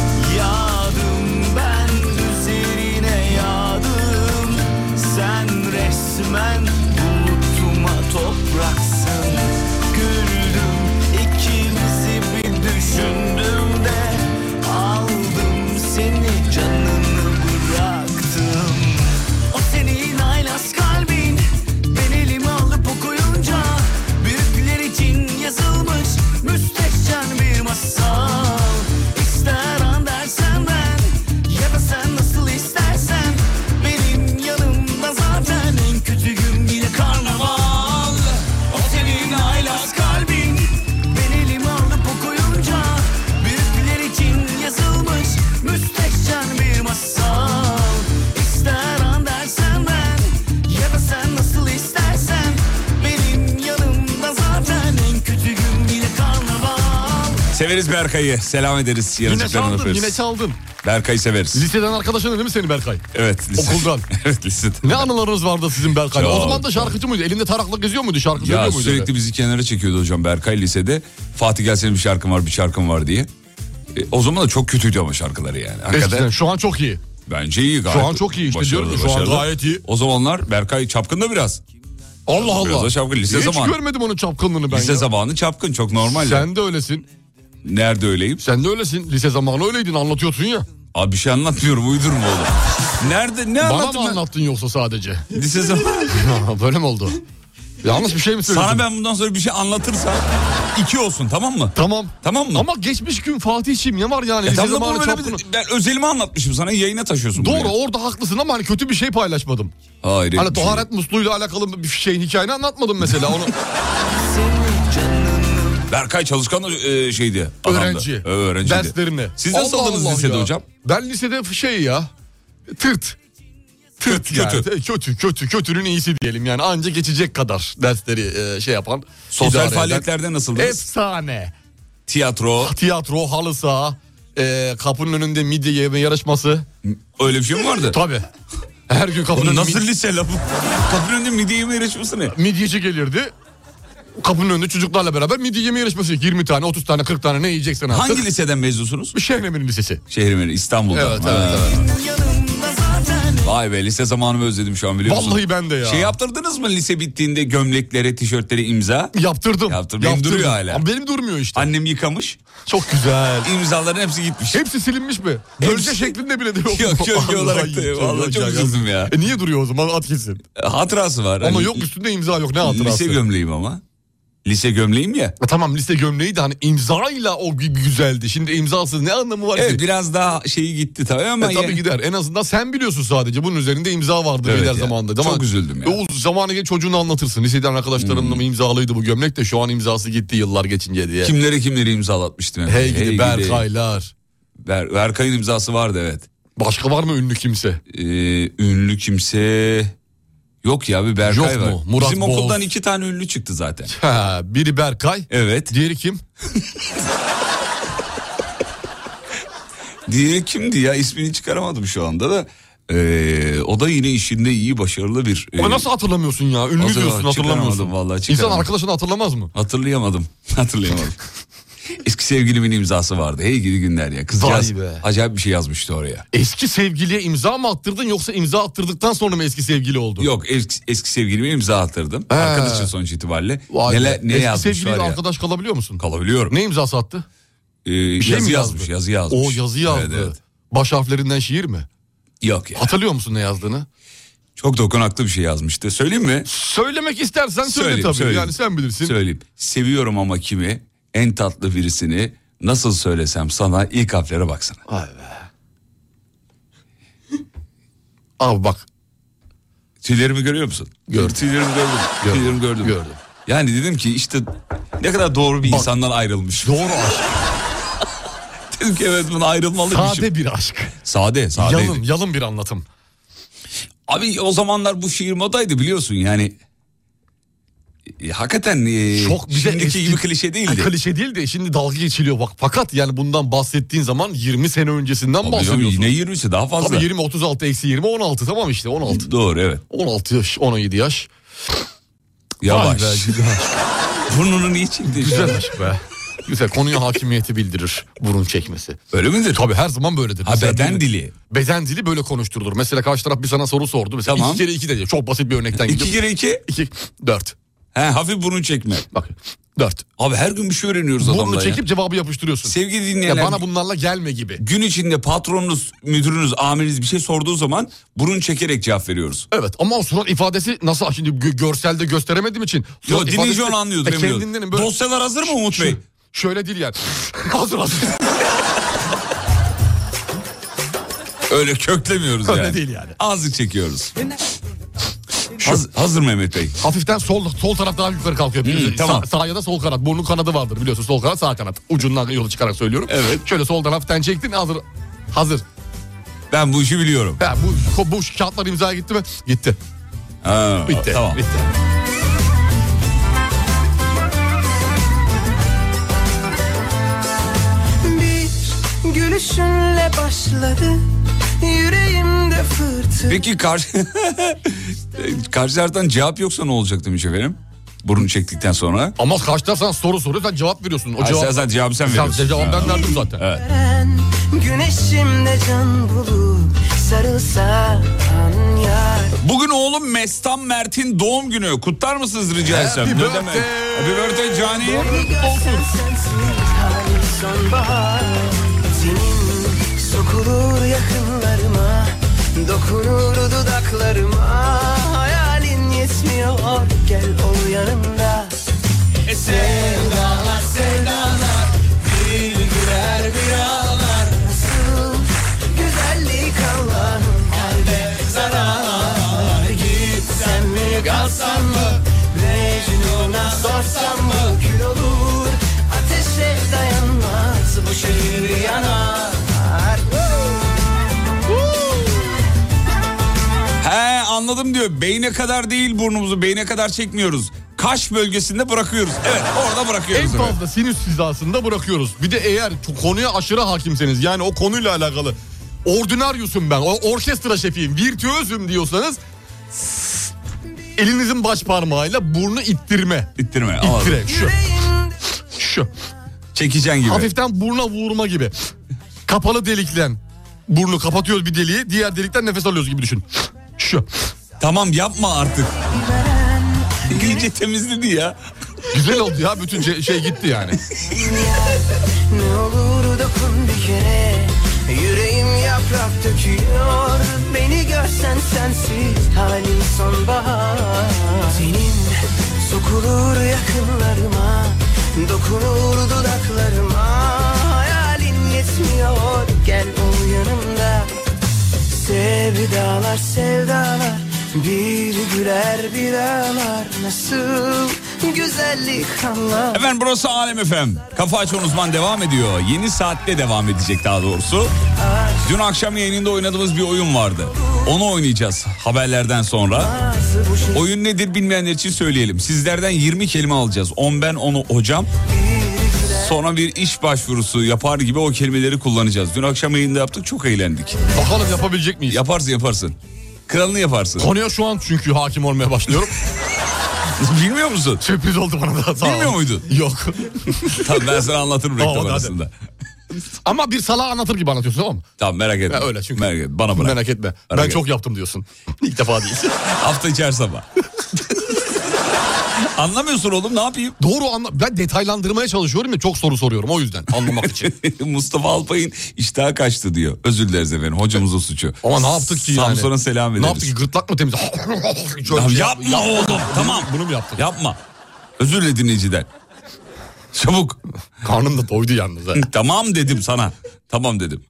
Yağdım ben üzerine yağdım. Sen resmen bulutuma topraksın. Güldüm, ikimizi bir düşündüm de aldım seni, canını bıraktım. O senin haylaz kalbin, ben elime alıp okuyunca büyükler için yazılmış müstehcen bir masal. İster an dersen ben, ya da sen nasıl istersen, benim yanımda zaten en kötü gün yine karnaval. O senin haylaz kalbin, ben elime alıp okuyunca büyükler için yazılmış müstehcen bir masal. İster an dersen ben, ya da sen nasıl istersen, benim yanımda zaten en kötü gün yine karnaval. Severiz Berkay'ı. Selam ederiz. Yine Yanıcıklarını çaldın, öperiz. yine çaldın. Berkay'ı severiz. Liseden arkadaşın değil mi senin Berkay? Evet. Lise. Okuldan. Evet, liseden. Ne anılarınız vardı sizin Berkay'la? O Çok, zaman da şarkıcı mıydı? Elinde tarakla geziyor muydu? Şarkı söylüyor Ya muydu? sürekli bizi kenara çekiyordu hocam Berkay lisede. Fatih gel senin bir şarkın var, bir şarkın var diye. E, o zaman da çok kötüydü ama şarkıları yani. Eskiden, Hakikaten şu an çok iyi. bence iyi gayet. Şu an çok iyi işte, başarılı, diyorum ki şu an başarılı. gayet iyi. O zamanlar Berkay çapkın da biraz. Allah Biraz Allah. da çapkın, lise Hiç zamanı. görmedim onun çapkınlığını ben Lise ya. zamanı çapkın, çok normal. ya. Sen de öylesin. Nerede öyleyim? Sen de öylesin. Lise zamanı öyleydin, anlatıyorsun ya. Abi bir şey anlatmıyorum, uydurma oğlum. Nerede, ne Bana anlattım mı ben? anlattın yoksa sadece? Lise zamanı. Böyle mi oldu? Yanlış bir şey mi söyledin? Sana ben bundan sonra bir şey anlatırsam iki olsun, tamam mı? Tamam. Tamam mı? Ama geçmiş gün Fatih'ciğim ne var yani? Ya Lise tam da zamanı bu böyle çapkını- bir- ben özelimi anlatmışım sana, yayına taşıyorsun. Doğru, buraya. orada haklısın ama hani kötü bir şey paylaşmadım. Hayır. Hani bir şey taharet musluğuyla alakalı bir şeyin hikayeni anlatmadım mesela. Onu Berkay Çalışkan da e, şeydi. adamdı. öğrenci. Ee, öğrenciydi. Derslerini. Siz nasıl Allah aldınız Allah lisede ya. hocam? Ben lisede şey ya. Tırt. Tırt Kötü, yani. kötü. Kötü. Kötü. Kötünün iyisi diyelim yani. Anca geçecek kadar dersleri e, şey yapan. Sosyal idare eden. faaliyetlerde nasıldınız? Efsane. Tiyatro. Tiyatro, halı saha, e, kapının önünde midye yeme yarışması. Öyle bir şey mi vardı? Tabii. Her gün kapının Oğlum önünde nasıl mid- lise la bu? Kapının önünde midye yeme yarışması ne? midyeci gelirdi. Kapının önünde çocuklarla beraber midye yeme yarışması. yirmi tane, otuz tane, kırk tane ne yiyeceksen artık. Hangi liseden mezunsunuz? Şehremin Lisesi. Şehrimin İstanbul'da. Evet, Ha. evet, evet. Vay be, lise zamanımı özledim şu an, biliyor musun? Vallahi ben de ya. Şey yaptırdınız mı lise bittiğinde gömleklere, tişörtlere imza? Yaptırdım. Yaptır, benim duruyor hala. Ama benim durmuyor işte. Annem yıkamış. Çok güzel. İmzaların hepsi gitmiş. Hepsi silinmiş mi? Gölge Hepsi- şeklinde bile de yok. Yok, gölge Vallahi olarak da yok, vallahi yok, çok yok. üzüldüm ya. E niye duruyor o zaman, at gitsin. Hatırası var. Ama Hani yok, üstünde imza yok, ne hatırası? Lise gömleğim ama. Lise gömleğim ya. E tamam, lise gömleği de hani imzayla o gü- güzeldi. Şimdi imzasız ne anlamı var Evet, ki? biraz daha şeyi gitti tabii ama. E tabii yani- gider. En azından sen biliyorsun sadece. Bunun üzerinde imza vardı Evet beyler ya. zamanında. Çok Ama üzüldüm ya. O zamanı geç çocuğunu anlatırsın. Liseden arkadaşlarımla mı imzalıydı bu gömlek de şu an imzası gitti yıllar geçince diye. Kimleri kimleri imzalatmıştım. hep. Hey gidi gidi. Berkaylar. Ber, Berkay'ın imzası vardı, evet. Başka var mı ünlü kimse? Ee, ünlü kimse yok ya, bir Berkay Yok var. mu? Murat Bizim Boz. okuldan iki tane ünlü çıktı zaten. Ha, biri Berkay. Evet. Diğeri kim? Diğeri kimdi ya, ismini çıkaramadım şu anda da. Ee, o da yine işinde iyi, başarılı bir. e, Ama nasıl hatırlamıyorsun ya? Ünlü Hatırlamadım, diyorsun, hatırlamıyorsun. çıkaramadım vallahi, İnsan çıkaramadım. arkadaşını hatırlamaz mı? Hatırlayamadım. Hatırlayamadım. Eski sevgilimin imzası vardı. Hey gidi günler ya. Kızcağız Vay be. acayip bir şey yazmıştı oraya. Eski sevgiliye imza mı attırdın yoksa imza attırdıktan sonra mı eski sevgili oldu? Yok, eski, eski sevgilime imza attırdım. He. Arkadaşın sonuç itibariyle. Vay Neler, be. ne Eski yazmış sevgiliyle var ya. arkadaş kalabiliyor musun? Kalabiliyorum. Ne imzası attı? Ee, Bir şey yazı mi yazmış, yazdı? yazı yazmış. O yazı yazdı. Evet, evet. Baş harflerinden şiir mi? Yok ya. Hatırlıyor musun ne yazdığını? Çok dokunaklı bir şey yazmıştı. Söyleyeyim mi? Söylemek istersen söyle Söyleyeyim, tabii. söyleyeyim. Yani sen bilirsin. Söyleyeyim. Seviyorum ama kimi? En tatlı birisini nasıl söylesem sana, ilk harflere baksana. Vay be. Abi bak. Tüylerimi görüyor musun? Gördüm. Tüylerimi gördüm. Gördüm. Tüylerimi gördüm. Gördüm. Yani dedim ki işte ne kadar doğru bir Bak. insandan ayrılmış. Doğru aşk. Dedim ki evet, buna ayrılmalıymışım. Sade bir aşk. Sade, sadeydi. Yalın, yalın bir anlatım. Abi o zamanlar bu şiir modaydı, biliyorsun yani. E, hakikaten e, Çok bir de şimdiki eski- gibi klişe değildi. Ha, klişe değil de şimdi dalga geçiliyor bak. Fakat yani bundan bahsettiğin zaman yirmi sene öncesinden Tabii canım, bahsediyorsun. yine yirmisi daha fazla. Tabii yirmi, otuz altı, eksi yirmi, on altı, tamam işte on altı. Doğru, evet. on altı yaş, on yedi yaş. Yavaş. Vay be, güzel aşk. Burnunu niye çekti? Güzel aşk be. Güzel, konuya hakimiyeti bildirir burun çekmesi. Öyle midir? Tabii her zaman böyledir. Ha, Mesela beden bir- dili. Beden dili böyle konuşturulur. Mesela karşı taraf bir sana soru sordu. Mesela Tamam. iki kere iki dedi. Çok basit bir örnekten İki gidiyorum. kere iki. İki, dört. He, hafif burun çekme. Bak, dört. Abi her gün bir şey öğreniyoruz adamla Burnunu ya. çekip cevabı yapıştırıyorsun. Sevgili Ya dinleyenler, bana bunlarla gelme gibi. gün içinde patronunuz, müdürünüz, amiriniz bir şey sorduğu zaman burun çekerek cevap veriyoruz. Evet ama o surat ifadesi nasıl şimdi gö- görselde gösteremediğim için. Yo, surat dinleyici ifadesi- onu anlıyordur, E, eminim. kendinden böyle. Dosyalar hazır mı Umut Bey? Şu- şöyle değil yani. hazır hazır. Öyle köklemiyoruz Öyle yani. değil yani. Azıcık çekiyoruz. Haz- hazır Mehmet Bey. Hafiften sol sol taraf daha yukarı kalkıyor. Hmm, tamam. Sağ, sağ ya da sol kanat. Burnun kanadı vardır biliyorsun. Sol kanat, sağ kanat. Ucundan yola çıkarak söylüyorum. Evet. Şöyle soldan hafiften çektin, hazır. Hazır. Ben bu işi biliyorum. Ha, bu, bu kağıtlar imzaya gitti mi? Gitti. Ha, Bitti. Tamam. Bitti. Bir gülüşünle başladı yüreğimde fırtına. Peki karşı karşı taraftan cevap yoksa ne olacak demiş efendim? Burunu çektikten sonra. Ama karşı taraf sana soru soruyor, sen cevap veriyorsun. O Ay, cevap, sen, sen cevabı sen veriyorsun. Sen cevabı ben Ha. verdim zaten. Evet. Ben güneşimde can bulup sarılsa yar. Bugün oğlum Mestan Mert'in doğum günü. Kutlar mısınız rica etsem? Happy Ne birthday. demek? Happy birthday Cani. Görsen sensiz halim sonbahar. Senin sokulur yakınlarıma, dokunur dudaklarıma. Hayalin yetmiyor, gel ol yanımda. Sevdalar alsam mı? Mecnun'a sorsam mı? Kül olur, ateşe dayanmaz, bu şehir yanar. He anladım diyor. Beyne kadar değil burnumuzu, beyne kadar çekmiyoruz. Kaş bölgesinde bırakıyoruz. Evet orada bırakıyoruz. En fazla sinüs hizasında bırakıyoruz. Bir de eğer konuya aşırı hakimseniz, yani o konuyla alakalı ordinaryusum ben, o orkestra şefiyim, virtüözüm diyorsanız elinizin baş parmağıyla burnu ittirme. İttirme. İttire. Şu. Şu. Çekeceksin gibi. Hafiften buruna vurma gibi. Kapalı delikten burnu kapatıyoruz bir deliği, diğer delikten nefes alıyoruz gibi düşün. Şu. Tamam yapma artık. İyice temizledi ya. Güzel oldu ya, bütün şey, şey gitti yani. Ne olur dokun bir kere, yüreğim yaprak döküyor. Beni görsen sensiz halim sonbahar. Senin sokulur yakınlarıma, dokunur dudaklarıma. Hayalin yetmiyor, gel ol yanımda. Sevdalar sevdalar, bir güler bir ağlar. Nasıl güzellik anlar. Efendim burası Alem F M. Kafa Açan Uzman devam ediyor. Yeni saatte devam edecek daha doğrusu. Dün akşam yayınında oynadığımız bir oyun vardı. Onu oynayacağız haberlerden sonra. Oyun nedir bilmeyenler için söyleyelim. Sizlerden yirmi kelime alacağız. on ben onu hocam. Sonra bir iş başvurusu yapar gibi o kelimeleri kullanacağız. Dün akşam yayında yaptık, çok eğlendik. Bakalım yapabilecek miyiz? Yaparsın yaparsın. Kralını yaparsın. Konuya şu an çünkü hakim olmaya başlıyorum. Bilmiyor musun? Sürpriz oldu bana da. Bilmiyor muydun? Yok. Tamam ben sana anlatırım reklam Tamam, arasında. Ama bir salağı anlatır gibi anlatıyorsun, tamam mı? Tamam merak etme. Ya öyle çünkü. Merak etme. Bana bırak. Merak etme. Merak ben et. çok yaptım diyorsun. İlk defa değil. Hafta içer sabah. Anlamıyorsun oğlum, ne yapayım? Doğru anla. Ben detaylandırmaya çalışıyorum ya, çok soru soruyorum o yüzden anlamak için. Mustafa Alpay'ın iştahı kaçtı diyor. Özür dileriz efendim, hocamızın suçu. Ama ne yaptık ki yani? Samsun'a selam ederiz. Ne yaptık ki, gırtlak mı temiz? Ya yapma oğlum, tamam. Bunu mu yaptık? Yapma. Özür dile dinleyiciden. Çabuk. Karnım da doydu yalnız. Ha. Tamam dedim sana. Tamam dedim.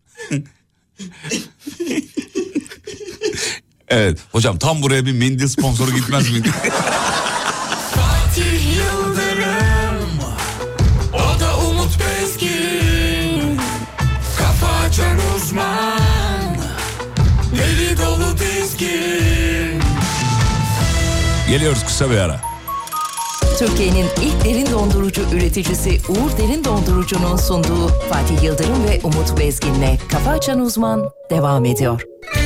Evet hocam, tam buraya bir mendil sponsoru gitmez miydi? Fatih Yıldırım, o da Umut Bezgin. Kafa Açan Uzman, deli dolu dizgin. Geliyoruz kısa bir ara. Türkiye'nin ilk derin dondurucu üreticisi Uğur Derin Dondurucu'nun sunduğu Fatih Yıldırım ve Umut Bezgin'le Kafa Açan Uzman devam ediyor.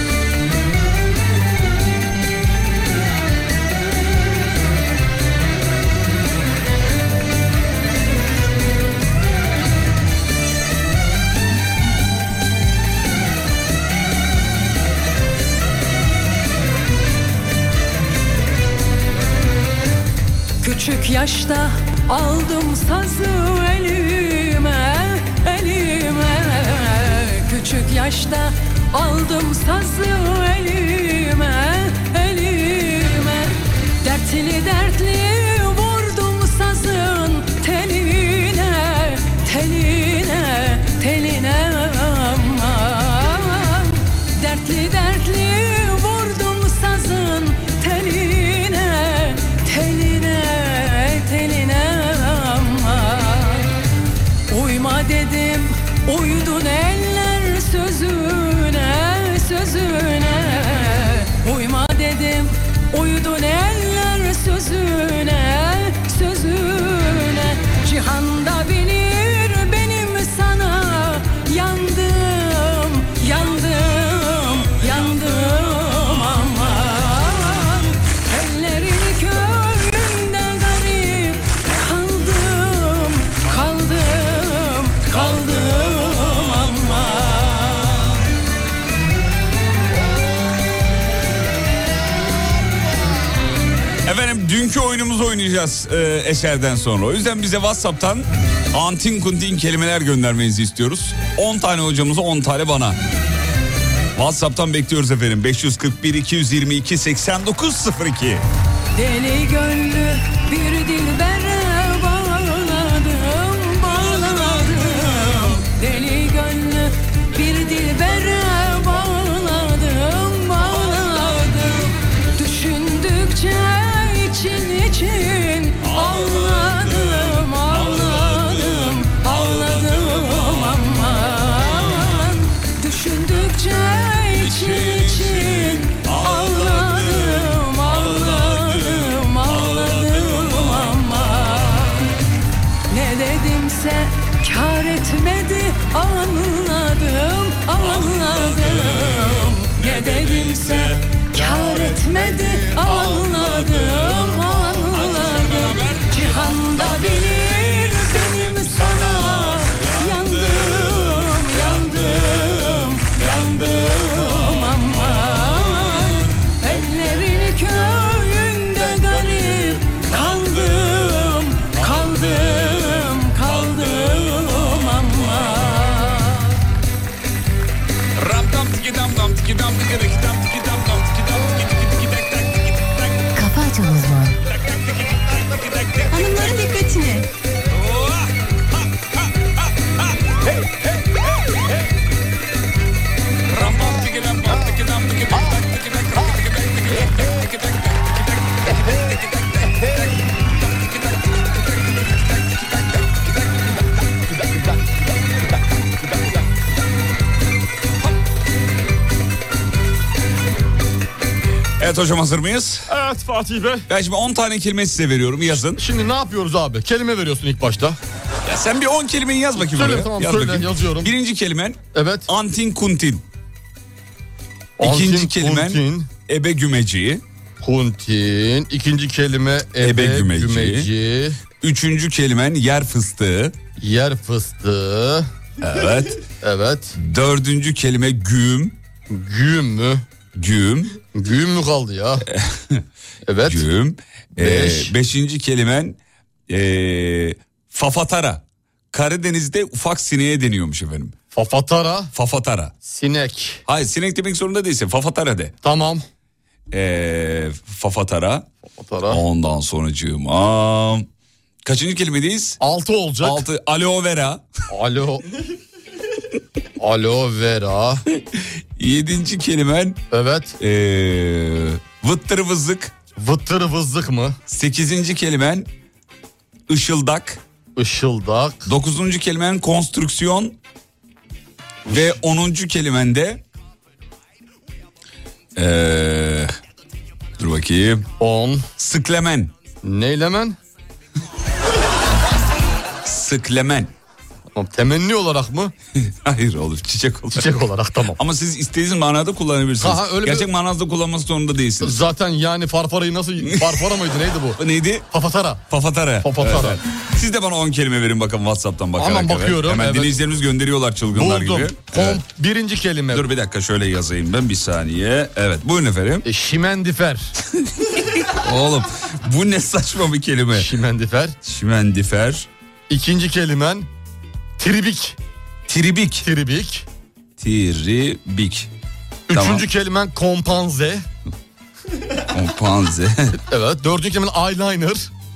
Küçük yaşta aldım sazı elime, elime. Küçük yaşta aldım sazı elime, elime. Dertli dertli vurdum sazın teline, teline, teline aman. Dertli dertli vurdum sazın teline, teline, teline aman. Uyma dedim, uydun eller sözüne, sözüne. Uyma dedim, uydun eller sözüne, sözüne. Cihanda bilir benim sana yandım, yandım, yandım aman. Ellerin köyünde garip kaldım, kaldım, kaldım aman. Efendim dünkü oyunumuzu oynayacağız e, eserden sonra. O yüzden bize WhatsApp'tan antin kuntin kelimeler göndermenizi istiyoruz. on tane hocamıza, on tane bana. WhatsApp'tan bekliyoruz efendim. beş yüz kırk bir iki yüz yirmi iki seksen dokuz sıfır iki. Deli gönlü bir dilbere bağladım, bağladım. Deli gönlü bir dilbere bağladım, bağladım. Düşündükçe Evet hocam, hazır mıyız? Evet Fatih Bey. Ben şimdi on tane kelime size veriyorum, yazın. Şimdi ne yapıyoruz abi? Kelime veriyorsun ilk başta. Ya sen bir on kelimeyi yaz bakayım Söyle, oraya. tamam, Yaz söyle, bakayım. yazıyorum. Birinci kelimen Evet. antin kuntin. Antin, İkinci kelimen kuntin. ebe gümeci. Kuntin. İkinci kelime ebe, Ebe gümeci. gümeci. Üçüncü kelimen yer fıstığı. Yer fıstığı. Evet. Evet. Dördüncü kelime güm. Güğüm mü? Güm. Güğüm mü kaldı ya? Evet. Güm. Ee, Beş. beşinci kelimen ee, fafatara. Karadeniz'de ufak sineğe deniyormuş efendim. Fafatara. Fafatara. Sinek. Hayır, sinek demek zorunda değilsin. Fafatara de. Tamam. Ee, fafatara. Fafatara. Ondan sonracığıma. Kaçıncı kelimedeyiz? Altı olacak. Altı. Aloe vera. Alo. Aloe vera. Yedinci kelimen Evet. ee, vıttır vızık. Vıttır vızlık mı? Sekizinci kelimen ışıldak. Işıldak. Dokuzuncu kelimen konstrüksiyon. Ve onuncu kelimen de ee, dur bakayım. On. Sıklemen. Neylemen? Sıklemen. Tamam, temenni olarak mı? Hayır oğlum, çiçek olarak. Çiçek olarak tamam. Ama siz istediğiniz manada kullanabilirsiniz. Aha, öyle Gerçek bir- manada kullanması zorunda değilsiniz. Zaten yani farfarayı nasıl... Farfara mıydı neydi bu? Neydi? Fafatara. Fafatara. Fafatara. Evet. Siz de bana on kelime verin bakalım WhatsApp'tan bakarak. Hemen evet. bakıyorum, Hemen evet. dinleyicilerimiz gönderiyorlar çılgınlar Buldum. gibi. Kom, Evet. birinci kelime. Dur bir dakika, şöyle yazayım ben bir saniye. Evet, buyurun efendim. E, şimendifer. Oğlum bu ne saçma bir kelime. Şimendifer. Şimendifer. İkinci kelimen tribik. Tribik. Tribik. Tribik. Üçüncü Tamam. kelimen kompanze. Kompanze. Evet. Dördüncü kelimen eyeliner.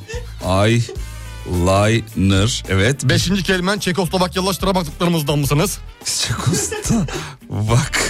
Eyeliner. Evet. Beşinci kelimen Çekoslovakyalılaştıramadıklarımızdan mısınız? Çekosta bak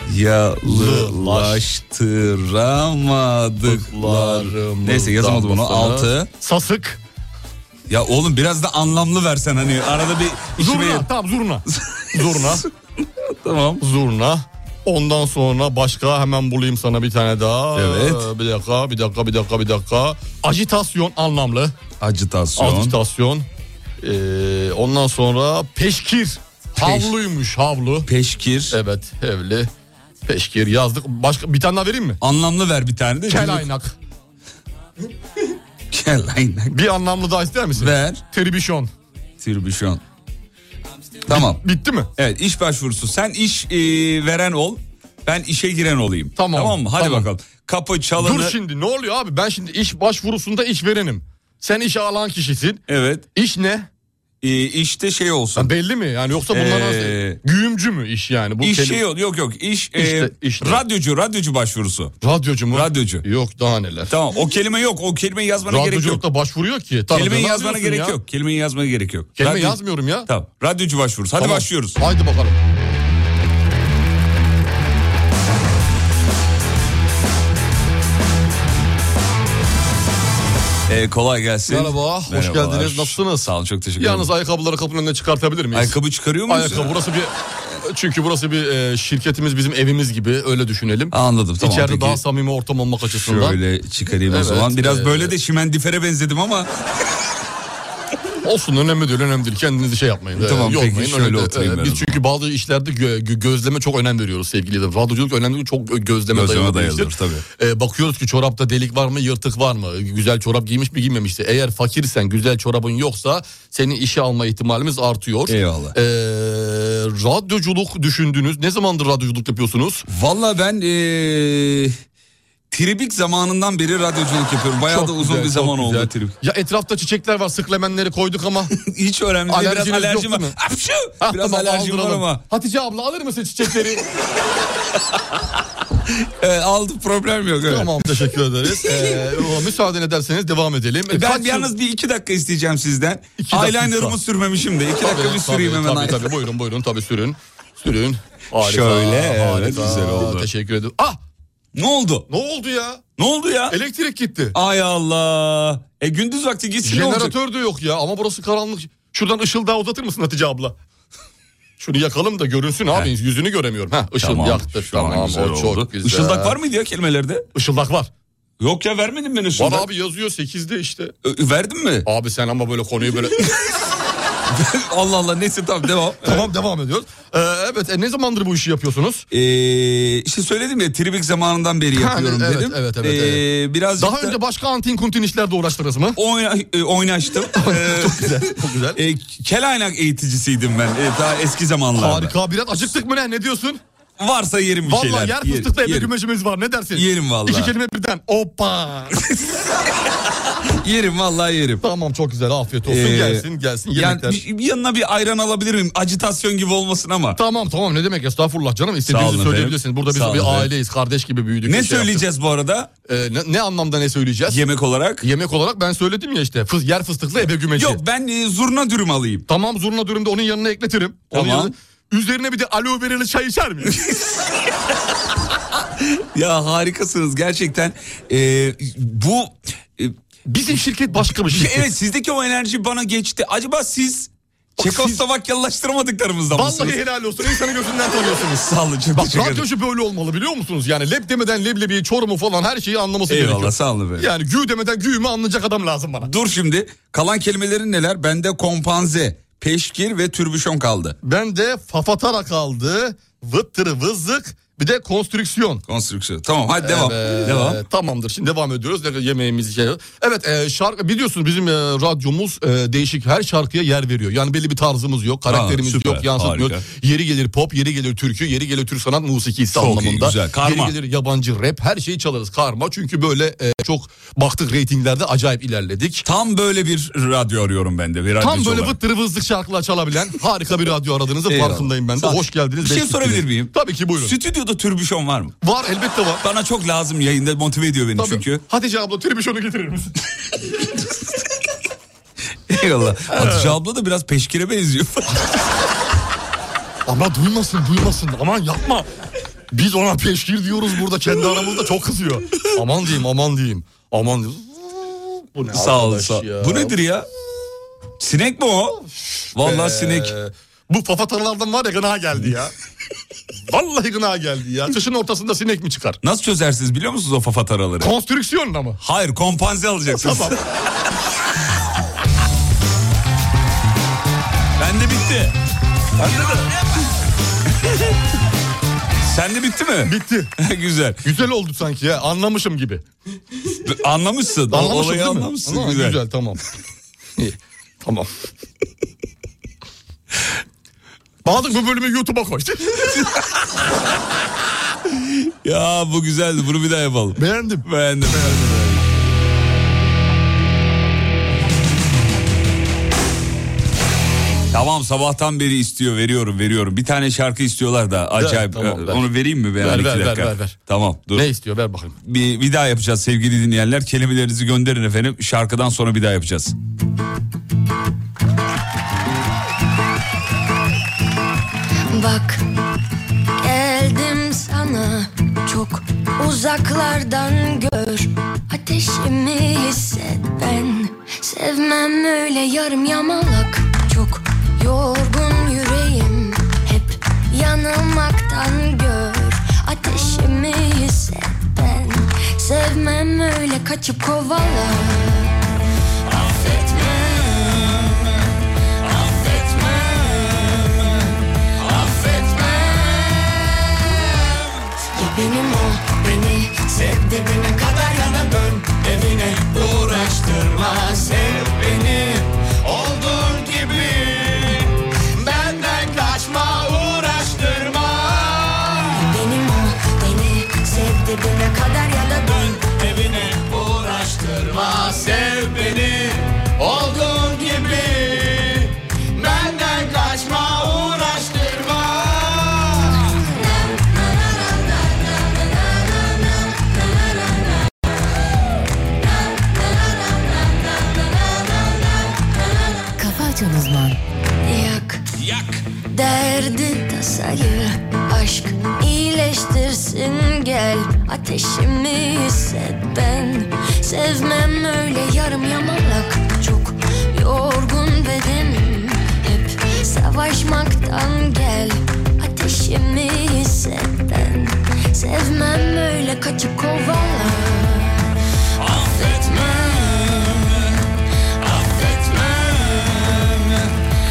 yalılaştıramadıklar. Neyse yazamadım onu. Altı. Sasık. Ya oğlum biraz da anlamlı versen, hani arada bir işime... Zurna. Tamam zurna. Zurna. Tamam. Zurna. Ondan sonra başka hemen bulayım sana bir tane daha. Evet. Bir dakika, bir dakika, bir dakika, bir dakika. Ajitasyon anlamlı. Acitasyon. Ajitasyon. Ee, ondan sonra peşkir. Havluymuş havlu. Peşkir. Evet evli. Peşkir yazdık. Başka bir tane daha vereyim mi? Anlamlı ver bir tane de. Kelaynak. Kelaynak. Bir anlamlı daha ister misin? Ver. Tribüşon. Tribüşon. Tamam. Bitti mi? Evet, iş başvurusu. Sen iş e, veren ol. Ben işe giren olayım. Tamam, Tamam mı? Hadi tamam. bakalım. Kapı çalını... Dur şimdi ne oluyor abi? Ben şimdi iş başvurusunda işverenim. Sen işe alan kişisin. Evet. İş ne? E, işte şey olsun. Ha, belli mi? Yani yoksa bunlar Ee, nasıl? Güğümcü mü iş yani? Bu İş kelime- şey yok yok yok. İş e, İşte, işte. radyocu radyocu başvurusu. Radyocu mu? Radyocu. Yok daha neler. Tamam, o kelime yok. O kelimeyi yazmana gerek yok. Radyoculukta başvuruyor ki. Kelimeyi Tanıdığını yazmana alıyorsun gerek ya. yok. Kelimeyi yazmana gerek yok. Kelime Radyo- yazmıyorum ya. Tamam. Radyocu başvurusu. Hadi Tamam. başlıyoruz. Haydi bakalım. Ee, kolay gelsin. Merhaba, hoş Merhabalar. geldiniz. Nasılsınız? Sağ olun, çok teşekkür ederim. Yalnız ayakkabıları kapının önüne çıkartabilir miyiz? Ayakkabı çıkarıyor muyuz? Ayakkabı burası bir çünkü burası bir e, şirketimiz, bizim evimiz gibi, öyle düşünelim. Anladım, tamam. İçeride Peki. daha samimi ortam olmak açısından. Şöyle çıkarayım Evet, o zaman. Biraz e, böyle de şimendifere benzedim ama. Olsun, önemli değil, önemli değil. Kendinizi şey yapmayın. Tamam, e, peki, yormayın. şöyle Öyle de, oturayım ben o Biz çünkü bazı işlerde gö- gö- gözleme çok önem veriyoruz sevgili de. Radyoculuk önemli değil, çok gözleme, Gözleme dayalı bir dayalıdır iştir. tabii. E, bakıyoruz ki çorapta delik var mı, yırtık var mı? Güzel çorap giymiş mi, giymemişse. Eğer fakirsen, güzel çorabın yoksa seni işe alma ihtimalimiz artıyor. Eyvallah. E, radyoculuk düşündünüz. Ne zamandır radyoculuk yapıyorsunuz? Valla ben ee, tribik zamanından beri radyoculuk yapıyorum. Bayağı Çok da uzun güzel, bir çok zaman güzel. oldu tribik. Ya etrafta çiçekler var, sıklemenleri koyduk ama. Hiç önemli değil. Biraz Alerjiniz yok alerjim var. değil mi? Apşu! Ha, Biraz tamam, alerjim var aldıralım. ama. Hatice abla alır mısın çiçekleri? Evet, aldı, problem yok. Evet. Tamam, teşekkür ederiz. Ee, müsaade ederseniz devam edelim. Ben Kaç yalnız bir iki dakika isteyeceğim sizden. İki dakika. Eyeliner'ımı sürmemişim de. İki Tabii, dakika bir süreyim tabii, hemen. Tabii tabii, buyurun buyurun, tabii sürün. Sürün. Harika, Şöyle, evet, harika. güzel oldu. Teşekkür ederim. Ah, Ne oldu? ne oldu ya? Ne oldu ya? Elektrik gitti. Ay Allah. E gündüz vakti gitsin ne olacak? Jeneratör de yok ya, ama burası karanlık. Şuradan ışıl daha uzatır mısın Hatice abla? Şunu yakalım da görünsün abi. Heh. Yüzünü göremiyorum. Heh, ışıl tamam, yaktık. Tamam, o çok oldu. Güzel. Işıldak var mıydı ya kelimelerde? Işıldak var. Yok ya, vermedin ben ışıldak. Var abi, yazıyor sekizde işte. Ö- verdin mi? Abi sen ama böyle konuyu böyle... Allah Allah, neyse tamam devam. Tamam devam ediyoruz. Ee, evet e, ne zamandır bu işi yapıyorsunuz? Ee, işte söyledim ya, Tribik zamanından beri yapıyorum evet, dedim. Evet evet. Ee, evet. Birazcık Daha da... önce başka antin kuntin işlerde uğraştınız mı? Oyna, e, oynaştım. Çok güzel, çok güzel. E, kelaynak eğiticisiydim ben e, daha eski zamanlarda. Harika, biraz acıktık mı ne? Ne diyorsun? Varsa yerim bir vallahi şeyler. Vallahi yer fıstıkta ebe gümecimiz var, ne dersin? Yerim vallahi. İki kelime birden. Hoppa. Yerim vallahi yerim. Tamam, çok güzel, afiyet olsun. Ee, gelsin gelsin yemekler. Yani bir, yanına bir ayran alabilir miyim? Acitasyon gibi olmasın ama. Tamam tamam, ne demek, estağfurullah canım. İstediğinizi söyleyebilirsiniz. Burada biz bir efendim. aileyiz, kardeş gibi büyüdük. Ne şey söyleyeceğiz yaptık. Bu arada? Ee, ne, ne anlamda ne söyleyeceğiz? Yemek olarak? Yemek olarak ben söyledim ya işte. Fıs, yer fıstıklı ebe gümeci. Yok, ben e, zurna dürüm alayım. Tamam, zurna dürüm de onun yanına ekletirim. Onun tamam. Yanına, üzerine bir de aloe verili çay içer miyim? Ya harikasınız gerçekten. Ee, bu... E, Bizim şirket başka bir şirket. Evet, sizdeki o enerji bana geçti. Acaba siz Çekoslovakyalılaştırmadıklarımızdan vallahi mısınız? Vallahi helal olsun. İnsanı gözünden tanıyorsunuz. Sağ olun. Çok bak, teşekkür ederim. radyocu böyle olmalı, biliyor musunuz? Yani leb demeden leblebiyi, çorumu falan her şeyi anlaması eyvallah, gerekiyor. Sağ olun efendim. Yani gü demeden güğümü anlayacak adam lazım bana. Dur şimdi. Kalan kelimelerin neler? Bende kompanze, peşkir ve türbüşon kaldı. Bende fafatara kaldı. Vıttırı vızlık. Bir de konstrüksiyon. Konstrüksiyon. Tamam, hadi devam. Evet, devam. Tamamdır. Şimdi devam ediyoruz. Yemeğimizi şey. Evet, e, şarkı biliyorsunuz bizim e, radyomuz e, değişik, her şarkıya yer veriyor. Yani belli bir tarzımız yok, karakterimiz ha, süper, yok, yansıtmıyor. Harika. Yeri gelir pop, yeri gelir türkü, yeri gelir Türk sanat musikisi çok anlamında. Iyi, güzel. Karma. Yeri gelir yabancı rap, her şeyi çalarız. Karma, çünkü böyle e, çok baktık, reytinglerde acayip ilerledik. Tam böyle bir radyo arıyorum ben de. Bir Tam böyle olarak. vıttırı vızlık şarkılar çalabilen harika bir radyo aradığınızı farkındayım ben de. Hoş geldiniz. Bir şey sorabilir miyim? Tabii ki, buyurun. Stüdyoda türbüşon var mı? Var, elbette var. Bana çok lazım, yayında motive ediyor beni. Tabii. Çünkü. Hatice abla, türbüşonu getirir misin? Eyvallah. Hatice abla da biraz peşkire benziyor. Ama duymasın duymasın, aman yapma. Biz ona peşkir diyoruz burada kendi aramızda, çok kızıyor. Aman diyeyim aman diyeyim. Aman diyeyim. Bu ne sağ ol, sağ ol. Bu nedir ya? Sinek mi o? Vallahi ee, sinek. Bu fafataralardan var ya, gına geldi ya. Vallahi gına geldi ya. Kışın ortasında sinek mi çıkar? Nasıl çözersiniz biliyor musunuz o fafataraları? Konstrüksiyonla mı? Hayır, kompanze alacaksınız. Tamam. Bende bitti. Bende de. Sende bitti mi? Bitti. Güzel. Güzel oldu sanki ya. Anlamışım gibi. Anlamışsın. Anlamışım, olayı anlamışsın. Ama güzel. Güzel, tamam. İyi. Tamam. Bahadır, bu bölümü YouTube'a koy. Ya bu güzeldi. Bunu bir daha yapalım. Beğendim. Beğendim. Beğendim. Tamam, sabahtan beri istiyor, veriyorum veriyorum. Bir tane şarkı istiyorlar da acayip. Ver, tamam, ver. Onu vereyim mi? Ben ver, ver, ver, ver, ver. Tamam, dur. Ne istiyor, ver bakayım. Bir, bir daha yapacağız sevgili dinleyenler. Kelimelerinizi gönderin efendim. Şarkıdan sonra bir daha yapacağız. Bak, geldim sana çok uzaklardan, gör ateşimi hisset. Ben sevmem öyle yarım yamalak, çok yorgun yüreğim hep yanılmaktan, gör ateşimi hisset. Ben sevmem öyle kaçıp kovala. Benim o, beni sev dibine kadar, yana dön evine, uğraştırma, sev beni olduğun gibi, benden kaçma, uğraştırma. Benim o, beni sev dibine kadar, yana dön evine, uğraştırma, sev beni olduğun gibi, benden kaçma, uğraştırma. Uzman. Yak, yak. Derdi tasayı, aşk iyileştirsin, gel ateşimi hisset. Ben sevmem öyle yarım yamalak, çok yorgun bedenim hep savaşmaktan, gel kaçıp kovala. Affetmem, affetmem,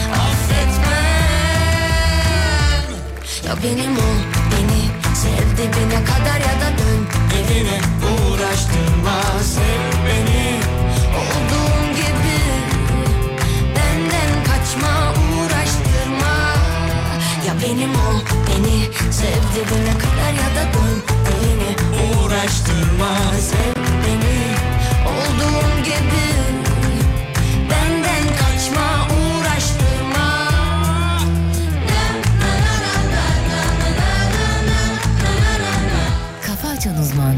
affetmem. Ya benim ol, beni sev dibine kadar ya da dön Evine uğraştırma, sev beni olduğum gibi. Benden kaçma, uğraştırma. Ya benim ol, beni sev dibine kadar ya da dön evine uğraştırma, sev beni olduğum gibi. Benden kaçma, uğraştırma. Kafa Açan Uzman.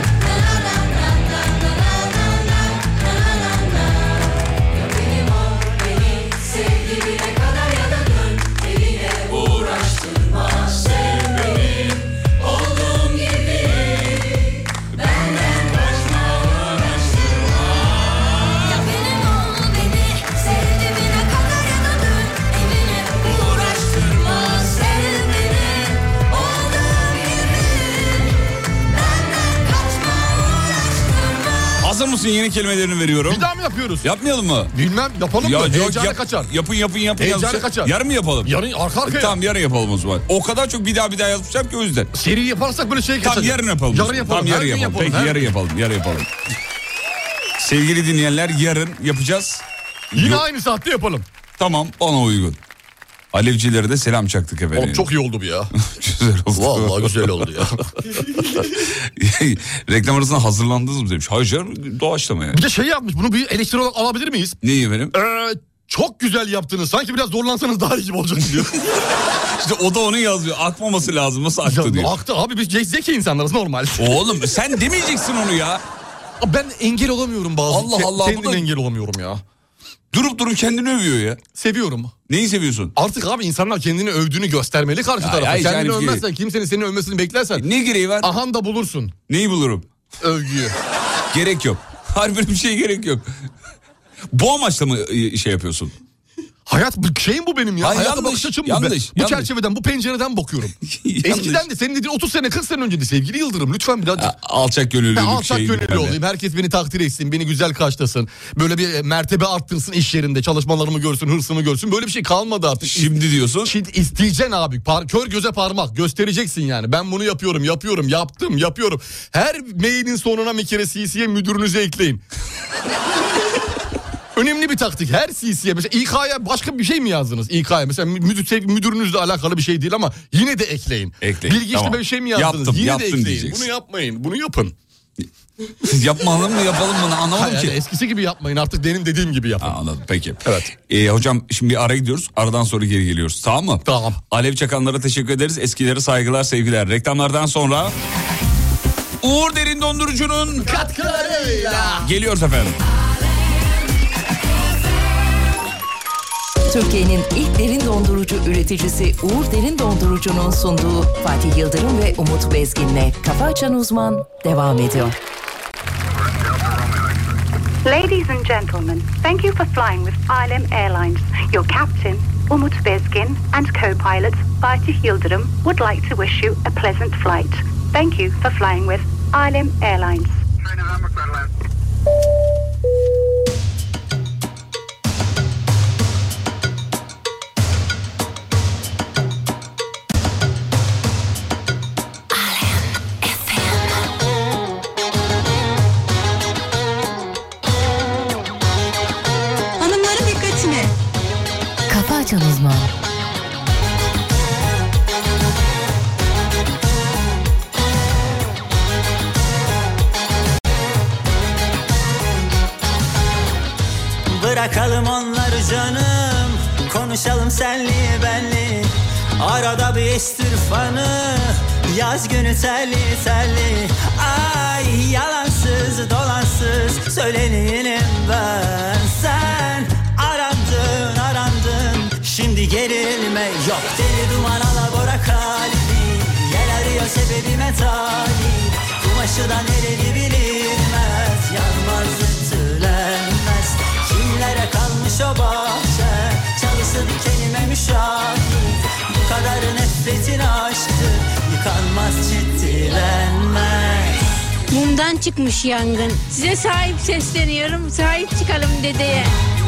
uğraştırma, sev beni olduğum gibi. Benden kaçma, uğraştırma. Ya benim ol, beni sev dibine kadar ya da dön evine uğraştırma. Sev beni olduğum gibi. Benden kaçma, uğraştırma. Hazır mısın? Yeni kelimelerini veriyorum. Bir daha mı yapıyoruz? Yapmayalım mı? Bilmem yapalım mı? yok, Heyecanı yap- kaçar. Yapın yapın yapın. Heyecanı yapın. kaçar. Yarın mı yapalım? Yarın arka arkaya. Tamam yarın yapalım o zaman. O kadar çok bir daha bir daha yazmışım ki o yüzden. Seri yaparsak böyle şey kaçacak. Tamam yarın yapalım. Yarın yapalım. Tamam yarın Her gün yapalım. Peki her yarın gün. yapalım. Yarın yapalım. Sevgili dinleyenler yarın yapacağız. Yine Yok- aynı saatte yapalım. Tamam bana uygun. Alevcilere de selam çaktık efendim. Oğlum çok iyi oldu bu ya. güzel oldu. Vallahi güzel oldu ya. Reklam arasında hazırlandınız mı demiş. Hayır canım doğaçlama ya. Bir de şey yapmış, bunu bir eleştiri olarak alabilir miyiz? Neyi efendim? Ee, çok güzel yaptınız. Sanki biraz zorlansanız daha iyi gibi olacak diyor. İşte o da onu yazıyor. Akmaması lazım. Nasıl aktı diyor. Aktı abi, biz zeki insanlarız normal. Oğlum sen demeyeceksin onu ya. Ben engel olamıyorum bazı. Allah Allah, Kendim bu da- engel olamıyorum ya. Durup durup kendini övüyor ya. Seviyorum. Neyi seviyorsun? Artık abi insanlar kendini övdüğünü göstermeli karşı Ya, tarafa. ya, Kendini yani- övmezsen, kimsenin seni övmesini beklersen Ne gereği var? ahan da bulursun Neyi bulurum? övgüyü. Gerek yok. Harbi bir şeye gerek yok. Bu amaçla mı e, şey yapıyorsun? Hayat bu- şeyim bu benim ya. Hayır, Hayata yanlış, bakış açım bu. yanlış, Ben- bu yanlış. çerçeveden, bu pencereden bakıyorum. Yanlış. Eskiden de senin dediğin otuz sene kırk sene önceydi sevgili Yıldırım. Lütfen biraz A- Alçak gönüllülük ben alçak şeyi gönüllü bende. olayım. Herkes beni takdir etsin, beni güzel karşılasın. Böyle bir mertebe arttırsın iş yerinde. Çalışmalarımı görsün, hırsımı görsün. Böyle bir şey kalmadı artık. Şimdi diyorsun. Şimdi isteyeceksin abi. Par- kör göze parmak. Göstereceksin yani. Ben bunu yapıyorum, yapıyorum, yaptım, yapıyorum. Her mailin sonuna bir kere C C'ye müdürünüzü ekleyin. Önemli bir taktik. Her C C'ye mesela İK'ya başka bir şey mi yazdınız? İK'ya mesela müdür, müdürünüzle alakalı bir şey değil ama yine de ekleyin. Ekleyin, Bilgi tamam. işleme bir şey mi yazdınız? Yaptım, yine yaptım de ekleyin. diyeceksin. Bunu yapmayın. Bunu yapın. Yapmalım mı yapalım mı anlamadım Hayır, ki. yani eskisi gibi yapmayın. Artık benim dediğim gibi yapın. Ha, anladım peki. Evet. Ee, hocam şimdi bir ara gidiyoruz. Aradan sonra geri geliyoruz. Tamam mı? Tamam. Alev çakanlara teşekkür ederiz. Eskilere saygılar sevgiler. Reklamlardan sonra Uğur Derin Dondurucu'nun Katkılarıyla. geliyoruz efendim. Türkiye'nin ilk derin dondurucu üreticisi Uğur Derin Dondurucu'nun sunduğu Fatih Yıldırım ve Umut Bezgin'le Kafa Açan Uzman devam ediyor. Ladies and gentlemen, thank you for flying with I L M Airlines. Your captain, Umut Bezgin, and co-pilot Fatih Yıldırım would like to wish you a pleasant flight. Thank you for flying with I L M Airlines. Hanımların dikkatine. Kafa Açan Uzman. Bırakalım onları canım, konuşalım senli benli. Arada bir istirfanı, yaz günü telli telli. Ay yalansız dolansız söyleneyim ben. Sen arandın arandın, şimdi gerilme yok. Deli duman alabora kalbi, yel arıyor sebebime talip. Kumaşı da nereli bilinmez, yanmaz ütülenmez. Kimlere kalmış o bahçe, çalısı dikenime müşahit. Bu kadar nefretin aşktı, yıkanmaz ciddilenmez. Mumdan çıkmış yangın. Size sahip sesleniyorum. Sahip çıkalım dedeye.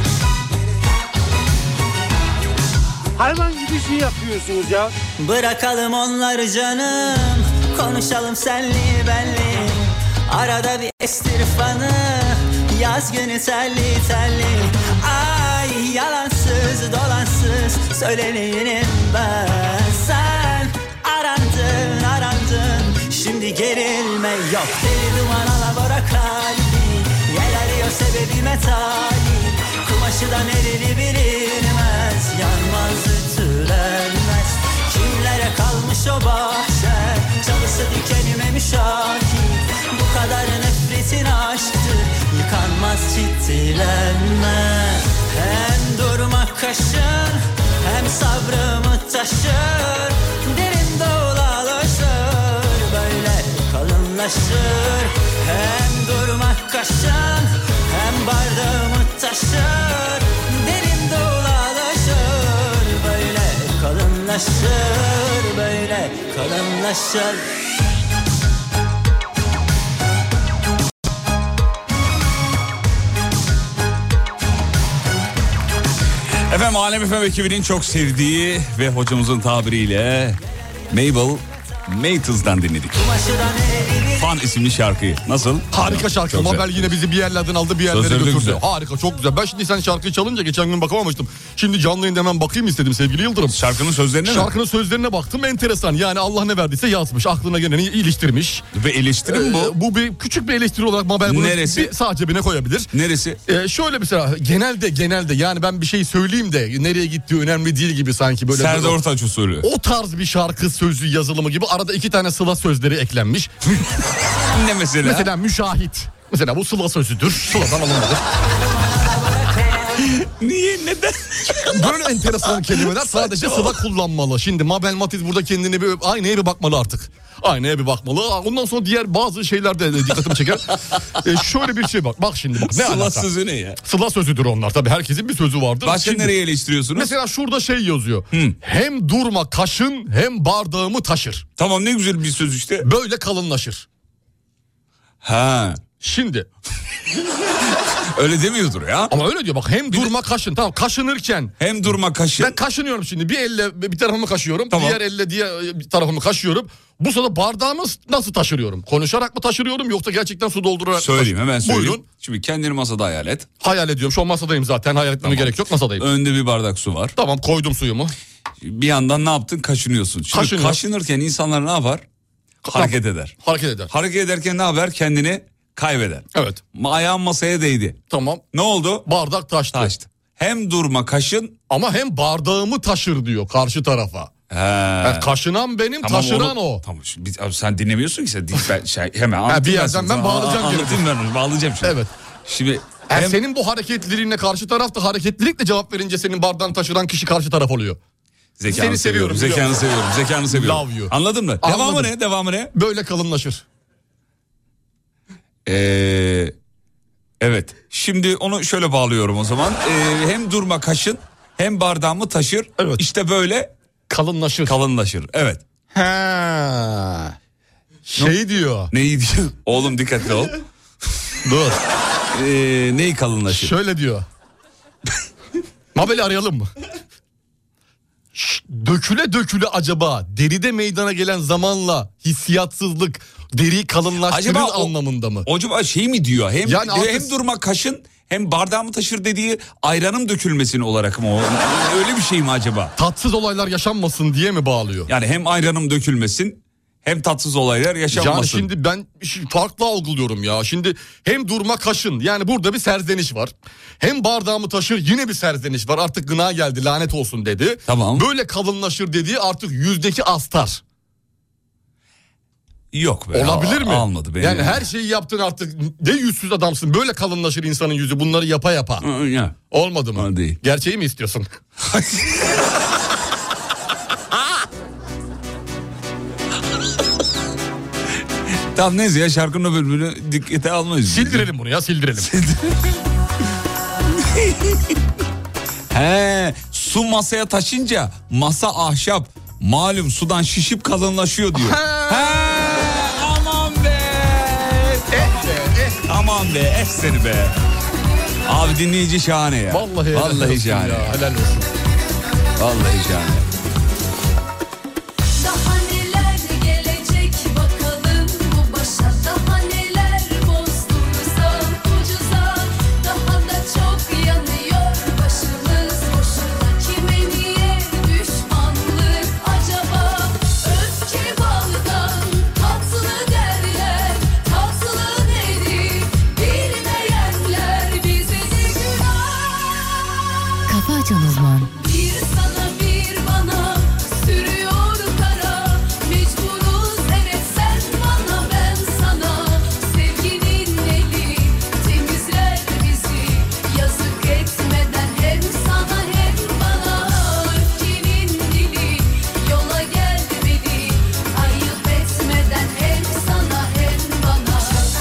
Hayvan gibi şey yapıyorsunuz ya. Bırakalım onları canım, konuşalım senli benli. Arada bir estir fanı, yaz günü telli telli. Ay yalansız dolansız söyleneyim ben. Sen arandın arandın, şimdi gerilme yok. Deli duman alabora kalbi, yel arıyor sebebime talip. Kumaşıdan erili bilinmez, yanmaz ütülenmez. Kimlere kalmış o bahçe, çalısı dikenime müşahit. Bu kadar nefretin aşktır, yıkanmaz çitilenmez. Hem durmak kaşın, hem sabrımı taşır. Derin dolalaşır, böyle kalınlaşır. Hem durmak kaşın, hem bardağımı taşır. Derin dolalaşır, böyle kalınlaşır. Böyle kalınlaşır. Efendim Alem F M ekibinin çok sevdiği ve hocamızın tabiriyle Mabel Mates'dan dinledik. Fan isimli şarkıyı. Nasıl? Harika şarkı. Çok Mabel güzel. yine bizi bir yerlerden aldı, bir yerlere Sözleri de götürdü. güzel. Harika, çok güzel. Ben şimdi sen şarkıyı çalınca geçen gün bakamamıştım. Şimdi canlı yayında hemen bakayım istedim sevgili Yıldırım. Şarkının sözlerine mi? Şarkının sözlerine baktım, enteresan. Yani Allah ne verdiyse yazmış, aklına geleni iliştirmiş. Ve eleştiri mi bu? Ee, bu bir küçük bir eleştiri olarak Mabel bunu Neresi? bir sağ cebine koyabilir. Neresi? Ee, şöyle mesela genelde genelde yani ben bir şey söyleyeyim de nereye gittiği önemli değil gibi sanki böyle. Serdar Ortaç usulü. O tarz bir şarkı sözü yazılımı gibi arada iki tane sıla sözleri eklenmiş. Ne mesela? Mesela müşahit. Mesela bu sıla sözüdür. Sıla'dan alınmadır. Niye? Neden? Böyle enteresan kelimeler sadece sıla kullanmalı. Şimdi Mabel Matiz burada kendine bir aynaya bir bakmalı artık. Aynaya bir bakmalı. Ondan sonra diğer bazı şeyler de dikkatimi çeker. ee, şöyle bir şey bak. Bak şimdi bak. Ne Sıla alaka? sözü ne ya? Sıla sözüdür onlar. Tabii herkesin bir sözü vardır. Başka Şimdi, nereye eleştiriyorsunuz? mesela şurada şey yazıyor. Hı. Hem durma kaşın hem bardağımı taşır. Tamam, ne güzel bir söz işte. Böyle kalınlaşır. Ha. Şimdi. Öyle demiyordur ya. Ama öyle diyor bak, hem durma kaşın. Tamam, kaşınırken. Hem durma kaşın. Ben kaşınıyorum şimdi. Bir elle bir tarafımı kaşıyorum. Tamam. Diğer elle diğer bir tarafımı kaşıyorum. Bu sırada bardağımı nasıl taşırıyorum? Konuşarak mı taşırıyorum yoksa gerçekten su doldurarak mı Söyleyeyim, hemen söyleyeyim. Buyurun. Şimdi kendini masada hayal et. Hayal ediyorum. Şu an masadayım zaten. Hayal etmeme Tamam. gerek yok. Masadayım. Önde bir bardak su var. Tamam, koydum suyumu. Bir yandan ne yaptın? Kaşınıyorsun. Şimdi Kaşınıyorum. kaşınırken insanlar ne yapar? Hareket eder. Hareket eder. Hareket ederken ne haber? Kendini kaybeder. Evet. Ayağın masaya değdi. Tamam. Ne oldu? Bardak taştı. Taştı. Hem durma kaşın. Ama hem bardağımı taşır diyor karşı tarafa. He. Yani kaşınan benim, Tamam, taşıran onu- o. Tamam. Şimdi biz- abi sen dinlemiyorsun ki sen. Ben şey, hemen Ha, anlatayım bir ben yerden sana. ben bağlayacağım Aa, gene. Anlatayım ben onu. Bağlayacağım şimdi. Evet. Şimdi Eğer hem- senin bu hareketliliğine karşı taraf da hareketlilikle cevap verince senin bardağını taşıran kişi karşı taraf oluyor. zekanı Seni seviyorum. seviyorum, Zekanı biliyorum. seviyorum. Zekanı seviyorum. Love you. Anladın mı? Anladım. Devamı ne? Devamı ne? Böyle kalınlaşır. Ee, evet. Şimdi onu şöyle bağlıyorum o zaman. Ee, hem durma kaşın hem bardağımı taşır. Evet. İşte böyle Kalınlaşır. kalınlaşır. Evet. Ha. Şey diyor. Neyi diyor? Oğlum dikkatli ol. Dur. Ee, neyi kalınlaşır? Şöyle diyor. Mabel'i arayalım mı? Şş, döküle döküle acaba deride meydana gelen zamanla hissiyatsızlık deriyi kalınlaştırır Acaba o- anlamında mı? Acaba şey mi diyor? Hem Yani artık- hem durma kaşın hem bardağımı taşır dediği ayranım dökülmesini olarak mı o? Öyle bir şey mi acaba? Tatsız olaylar yaşanmasın diye mi bağlıyor? Yani hem ayranım dökülmesin hem tatsız olaylar yaşanmasın. Yani şimdi ben farklı algılıyorum ya. Şimdi hem durma kaşın, yani burada bir serzeniş var. Hem bardağımı taşır, yine bir serzeniş var. Artık gına geldi, lanet olsun dedi. Tamam. Böyle kalınlaşır dediği artık yüzdeki astar. Yok be. Olabilir mi? Almadı beni. Yani her şeyi yaptın artık, ne yüzsüz adamsın. Böyle kalınlaşır insanın yüzü, bunları yapa yapa. Hı, ya. Olmadı mı? Ha, değil. Gerçeği mi istiyorsun? Tamam neyse ya, şarkının o bölümünü dikkate almayız. Sildirelim bunu ya, sildirelim. He, su masaya taşınca masa ahşap, malum sudan şişip kalınlaşıyor diyor. He, aman be. be, es seni be. Abi dinleyici şahane ya. Vallahi, Vallahi şahane. Ya, helal olsun. Vallahi şahane. Daha neler gelecek bakalım bu başa. Daha neler bozdursa ucuza. Daha da çok yanıyor başımız boşuna. Kime niye düşmanlık acaba? Öfke baldan tatlı derler. Tatlı nedir bilmeyenler bize de günah. Kafa Açan Uzman. Bir sana bir bana sürüyor kara. Mecburuz evet sen bana ben sana. Sevginin eli temizler bizi. Yazık etmeden hem sana hem bana. Öfkenin dili yola gelmeli. Ayıp etmeden hem sana hem bana.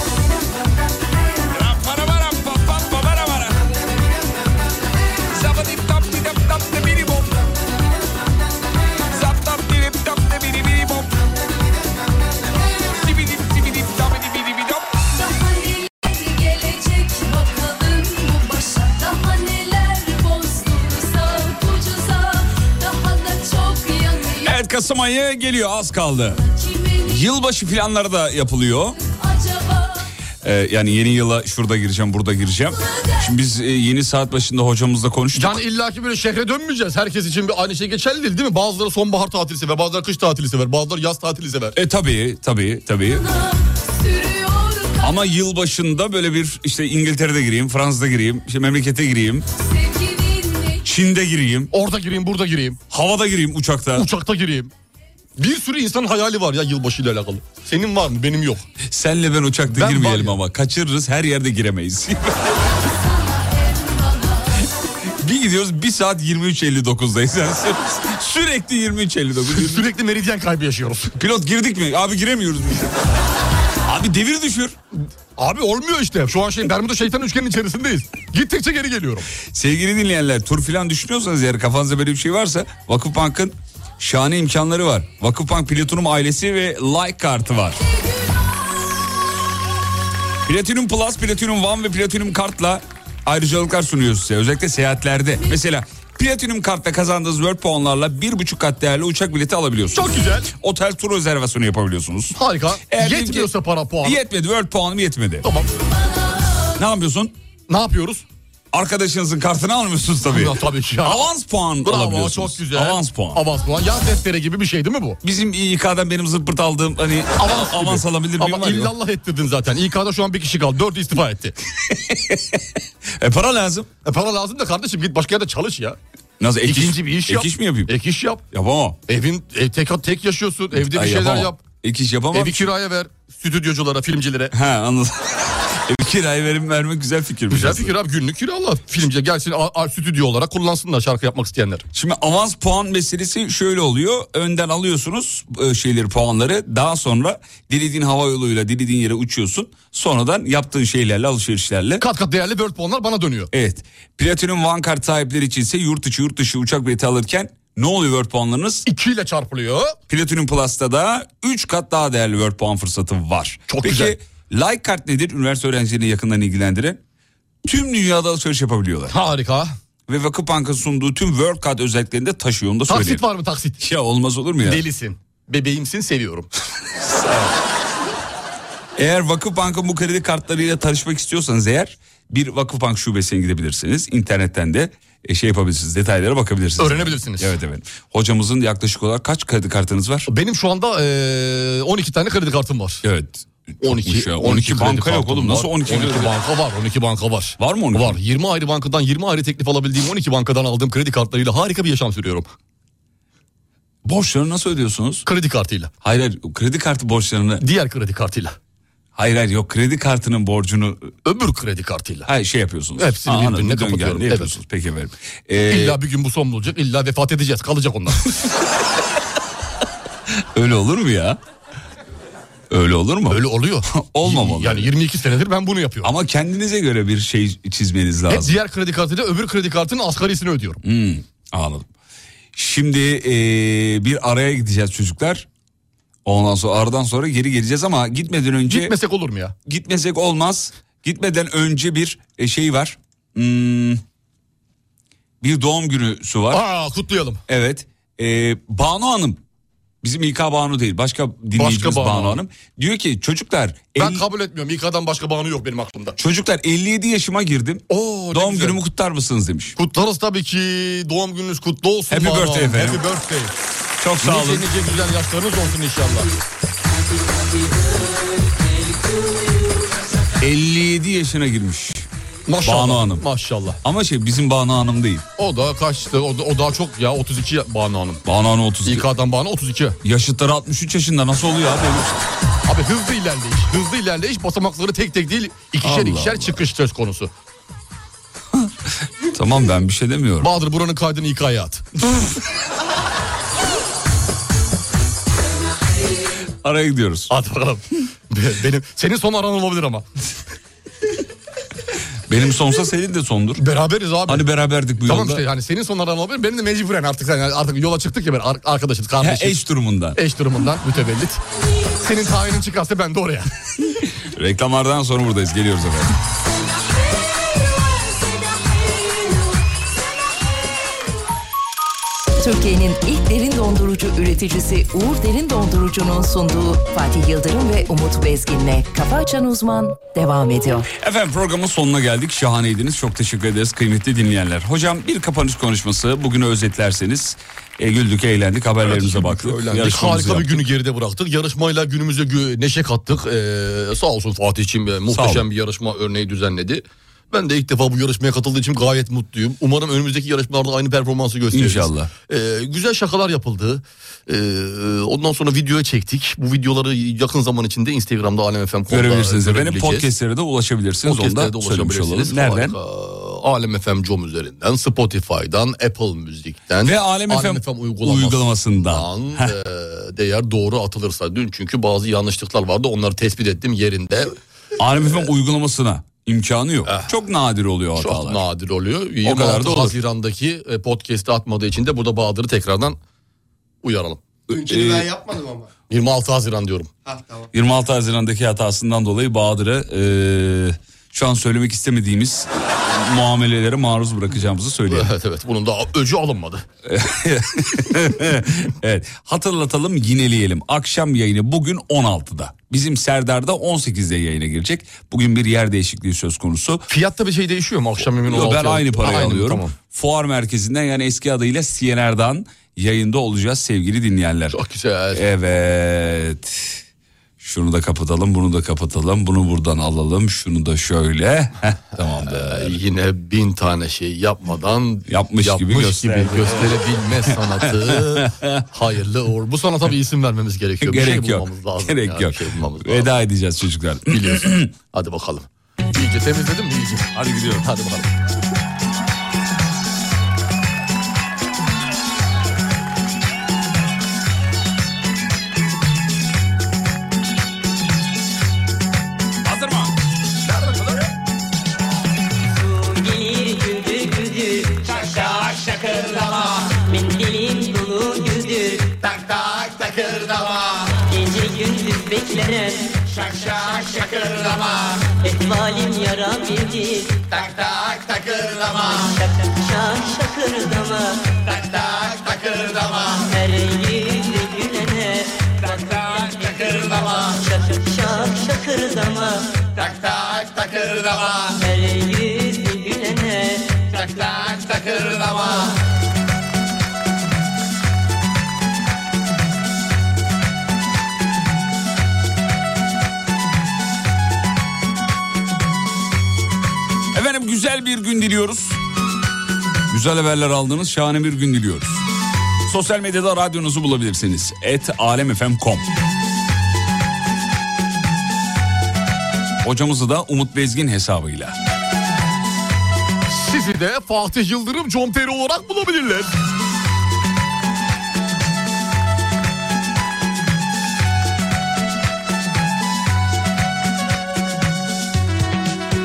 Daha neler gelecek bakalım bu başa. Daha neler bozdursa ucuza. Daha da çok yanıyor Evet, Kasım ayı geliyor, az kaldı. kimin Yılbaşı planları da yapılıyor. acaba? Ee, yani yeni yıla şurada gireceğim, burada gireceğim. Şimdi biz e, yeni saat başında hocamızla konuştuk. Yani illaki böyle şehre dönmeyeceğiz. Herkes için bir aynı şey geçerli değil değil mi? Bazıları sonbahar tatili sever, bazıları kış tatili sever, bazıları yaz tatili sever. E tabii, tabii, tabii. Sürüyor Ama yılbaşında böyle bir işte İngiltere'de gireyim, Fransa'da gireyim, işte memlekete gireyim, sevginin Çin'de gireyim, Orada gireyim, burada gireyim, havada gireyim, uçakta. uçakta gireyim. Bir sürü insanın hayali var ya yılbaşıyla alakalı. Senin var mı? Benim yok. Senle ben uçakta Ben girmeyelim var ya. ama kaçırırız, her yerde giremeyiz. Bir gidiyoruz bir saat yirmi üç elli dokuzdayız. Yani sürekli yirmi üç elli dokuz. Sürekli meridyen kaybı yaşıyoruz. Pilot girdik mi? Abi giremiyoruz biz. Abi devir düşür. Abi olmuyor işte. Şu an şey Bermuda şeytan üçgenin içerisindeyiz. Gittikçe geri geliyorum. Sevgili dinleyenler, tur falan düşünüyorsanız eğer kafanızda böyle bir şey varsa Vakıfbank'ın şahane imkanları var. Vakıfbank Platinum ailesi ve like kartı var. Platinum Plus, Platinum One ve Platinum Kart'la ayrıcalıklar sunuyoruz size. Özellikle seyahatlerde. Mesela Platinum Kart'ta kazandığınız World puanlarla bir buçuk kat değerli uçak bileti alabiliyorsunuz. Çok güzel. Otel tur rezervasyonu yapabiliyorsunuz. Harika. Eğer Yetmiyorsa ki- para puan. Yetmedi, World puanım yetmedi. Tamam. Ne yapıyorsun? Ne yapıyoruz? Arkadaşınızın kartını almıyorsunuz tabii. Ya, tabii ki ya. Avans puan Bravo, alabiliyorsunuz. çok güzel. Avans puan. Avans puan. Yaz defteri gibi bir şey değil mi bu? Bizim İK'dan benim zıppırt aldığım hani avans, gibi. avans alabilir miyim? Ama var ya. illallah ettirdin zaten. İK'da şu an bir kişi kaldı. Dört istifa etti. E para lazım. E para lazım da kardeşim git başka yerde çalış ya. Nasıl ek İkinci iş, bir iş ek yap. iş mi yapayım? Ek iş yap. Yapamam. Evin e, tek tek yaşıyorsun. Evde bir Ay, şeyler yapamam. yap. Ek iş yapamam. Evi kiraya ver. Stüdyoculara, filmcilere. He anladım. Evi kiraya verim vermek güzel fikir. Güzel fikir abi, günlük kirala. Filmci gelsin a, a, stüdyo olarak kullansınlar şarkı yapmak isteyenler. Şimdi avans puan meselesi şöyle oluyor. Önden alıyorsunuz e, şeyleri, puanları. Daha sonra dilediğin hava yoluyla dilediğin yere uçuyorsun. Sonradan yaptığın şeylerle, alışverişlerle. Kat kat değerli World puanlar bana dönüyor. Evet. Platinum One kart sahipleri için ise yurt içi yurt dışı uçak bileti alırken ne oluyor World puanlarınız? iki ile çarpılıyor. Platinum Plus'ta da üç kat daha değerli World puan fırsatı var. Çok Peki, güzel. Like kart nedir? Üniversite öğrencilerini yakından ilgilendiren. Tüm dünyada alışveriş yapabiliyorlar. Harika. Ve Vakıfbank'ın sunduğu tüm World Card özelliklerini de taşıyor, onu da söyleyeyim. Taksit var mı taksit? Ya olmaz olur mu ya? Delisin. Bebeğimsin, seviyorum. Eğer Vakıfbank'ın bu kredi kartlarıyla tanışmak istiyorsanız eğer bir Vakıfbank şubesine gidebilirsiniz. İnternetten de e, şey yapabilirsiniz, detaylara bakabilirsiniz. Öğrenebilirsiniz. Evet evet. Hocamızın yaklaşık olarak kaç kredi kartınız var? Benim şu anda e, on iki tane kredi kartım var. Evet. on iki, ya. on iki banka kredi yok oğlum. kartım Nasıl var. on iki? on iki banka var. on iki banka var. Var mı on iki? Var. yirmi ayrı bankadan yirmi ayrı teklif alabildiğim on iki bankadan aldığım kredi kartlarıyla harika bir yaşam sürüyorum. Borçlarını nasıl ödüyorsunuz? Kredi kartıyla. Hayır, hayır, kredi kartı borçlarını. Diğer kredi kartıyla. Hayır hayır yok, kredi kartının borcunu. Öbür kredi kartıyla. Hayır şey yapıyorsunuz. Hepsini Aa, birbirine anladım, kapatıyorum. döngende yapıyorsunuz. Peki efendim. Ee, İlla bir gün bu son bulacak. İlla vefat edeceğiz. Kalacak onlar. Öyle olur mu ya? Öyle olur mu? Öyle oluyor. Olmamalı. Yani yirmi iki senedir ben bunu yapıyorum. Ama kendinize göre bir şey çizmeniz lazım. Hep diğer kredi kartıyla öbür kredi kartının asgarisini ödüyorum. Hmm, anladım. Şimdi ee, bir araya gideceğiz çocuklar. Ondan sonra aradan sonra geri geleceğiz ama gitmeden önce... Gitmesek olur mu ya? Gitmesek olmaz. Gitmeden önce bir e, şey var. Hmm, bir doğum günüsü var. Aa, kutlayalım. Evet. Ee, Banu Hanım. Bizim İK Banu değil. Başka dinleyicimiz Başka Banu Banu Hanım. Hanım. Diyor ki çocuklar. Ben elli kabul etmiyorum. İK'dan başka Banu yok benim aklımda. Çocuklar elli yedi yaşıma girdim. Oo, ne doğum güzel. günümü kutlar mısınız demiş. Kutlarız tabii ki. Doğum gününüz kutlu olsun. Happy Banu birthday Hanım. efendim. Happy birthday. Çok sağ olun. Nice nice güzel yaşlarınız olsun inşallah. elli yedi yaşına girmiş. Maşallah. Banu Hanım. Maşallah. Ama şey bizim Banu Hanım değil. O da kaçtı? O, da, o daha çok ya, otuz iki Banu Hanım. Banu Hanım otuz iki. İK'dan Banu otuz iki. Yaşıtları altmış üç yaşında, nasıl oluyor abi? Abi hızlı ilerleyiş. Hızlı ilerleyiş, basamakları tek tek değil ikişer Allah ikişer Allah. çıkış söz konusu. Tamam, ben bir şey demiyorum. Bahadır buranın kaydını İK'ya at. Araya gidiyoruz. Hadi bakalım. Benim, senin son aran olabilir ama. Benim sonsa senin de sondur. Beraberiz abi. Hani beraberdik bu tamam yolda. işte yani senin son aran olabilir. Benim de mecburen artık yani artık yola çıktık ya, ben ar- arkadaşız, Ha, kardeşiz. eş durumundan. Eş durumundan mütevellit. Senin tayinin çıkarsa ben de oraya. Reklamlardan sonra buradayız. Geliyoruz efendim. Türkiye'nin ilk derin dondurucu üreticisi Uğur Derin Dondurucu'nun sunduğu Fatih Yıldırım ve Umut Bezgin'le Kafa Açan Uzman devam ediyor. Efendim programın sonuna geldik. Şahaneydiniz. Çok teşekkür ederiz kıymetli dinleyenler. Hocam bir kapanış konuşması. Bugünü özetlerseniz e, güldük, eğlendik, haberlerimize Evet, baktık. öğlendik. yarışmamızı Harika bir yaptık. günü geride bıraktık. Yarışmayla günümüze gö- neşe kattık. Ee, sağ olsun Fatih'ciğim, e, muhteşem bir yarışma örneği düzenledi. Ben de ilk defa bu yarışmaya katıldığı için gayet mutluyum. Umarım önümüzdeki yarışmalarda aynı performansı gösteririz. İnşallah. Ee, güzel şakalar yapıldı. Ee, ondan sonra videoya çektik. Bu videoları yakın zaman içinde Instagram'da Alem F M nokta com'da Görebilirsiniz efendim. görebileceğiz. Podcastlere de ulaşabilirsiniz. Onu Podcastlere da de söylemiş olalım. ulaşabilirsiniz. Nereden? Harika. Alem F M nokta com üzerinden, Spotify'dan, Apple Müzik'ten Ve Alem F M uygulamasından. e, değer doğru atılırsa. Dün çünkü bazı yanlışlıklar vardı. Onları tespit ettim yerinde. Alem F M uygulamasına imkanı yok. Çok nadir oluyor Çok hatalar. nadir oluyor. O kadar yirmi altı da olur. Haziran'daki e, podcast'ı atmadığı için de burada Bahadır'ı tekrardan uyaralım. Dünkünü ben Ee, yapmadım ama. yirmi altı Haziran diyorum. Ha, tamam. yirmi altı Haziran'daki hatasından dolayı Bahadır'ı e, şu an söylemek istemediğimiz muamelelere maruz bırakacağımızı söyleyelim. Evet evet, bunun da öcü alınmadı. Evet, hatırlatalım, yineleyelim. Akşam yayını bugün on altıda. Bizim Serdar'da on sekizde yayına girecek. Bugün bir yer değişikliği söz konusu. Fiyatta bir şey değişiyor mu akşam yemin Yok, ben aynı parayı Aynı, alıyorum. tamam. Fuar merkezinden, yani eski adıyla C N R'dan yayında olacağız sevgili dinleyenler. Çok güzel. Evet. Şunu da kapatalım, bunu da kapatalım. Bunu buradan alalım, şunu da şöyle. Heh, tamamdır. Ee, yine bin tane şey yapmadan Yapmış gibi yapmış gösterdi. gibi gösterebilme sanatı. Hayırlı uğur. Bu sanata bir isim vermemiz gerekiyor. Bir Gerek şey yok. bulmamız lazım. Gerek yani, yok. bir şey bulmamız lazım. Veda edeceğiz çocuklar. Biliyorsun. Hadi bakalım. İyice temizledin mi iyice? Hadi gidiyorum. Hadi bakalım. Hazır mı? Gelir güldür güldür şak şak şakırdama mendilim dolu güldür tak tak takırdama gece gündüz beklenen şak şak şakırdama etvalim yara bildir tak tak takırdama şak şak şakırdama tak tak takırdama her yüzü gülene tak tak takırdama şak şak şakırdama tak tak takırdama her yüzü gülene tak tak takırdama. Efendim, güzel bir gün diliyoruz. Güzel haberler aldığınız şahane bir gün diliyoruz. Sosyal medyada radyonuzu bulabilirsiniz. et alemfm nokta com. Hocamızı da Umut Bezgin hesabıyla. Sizi de Fatih Yıldırım Comteri olarak bulabilirler.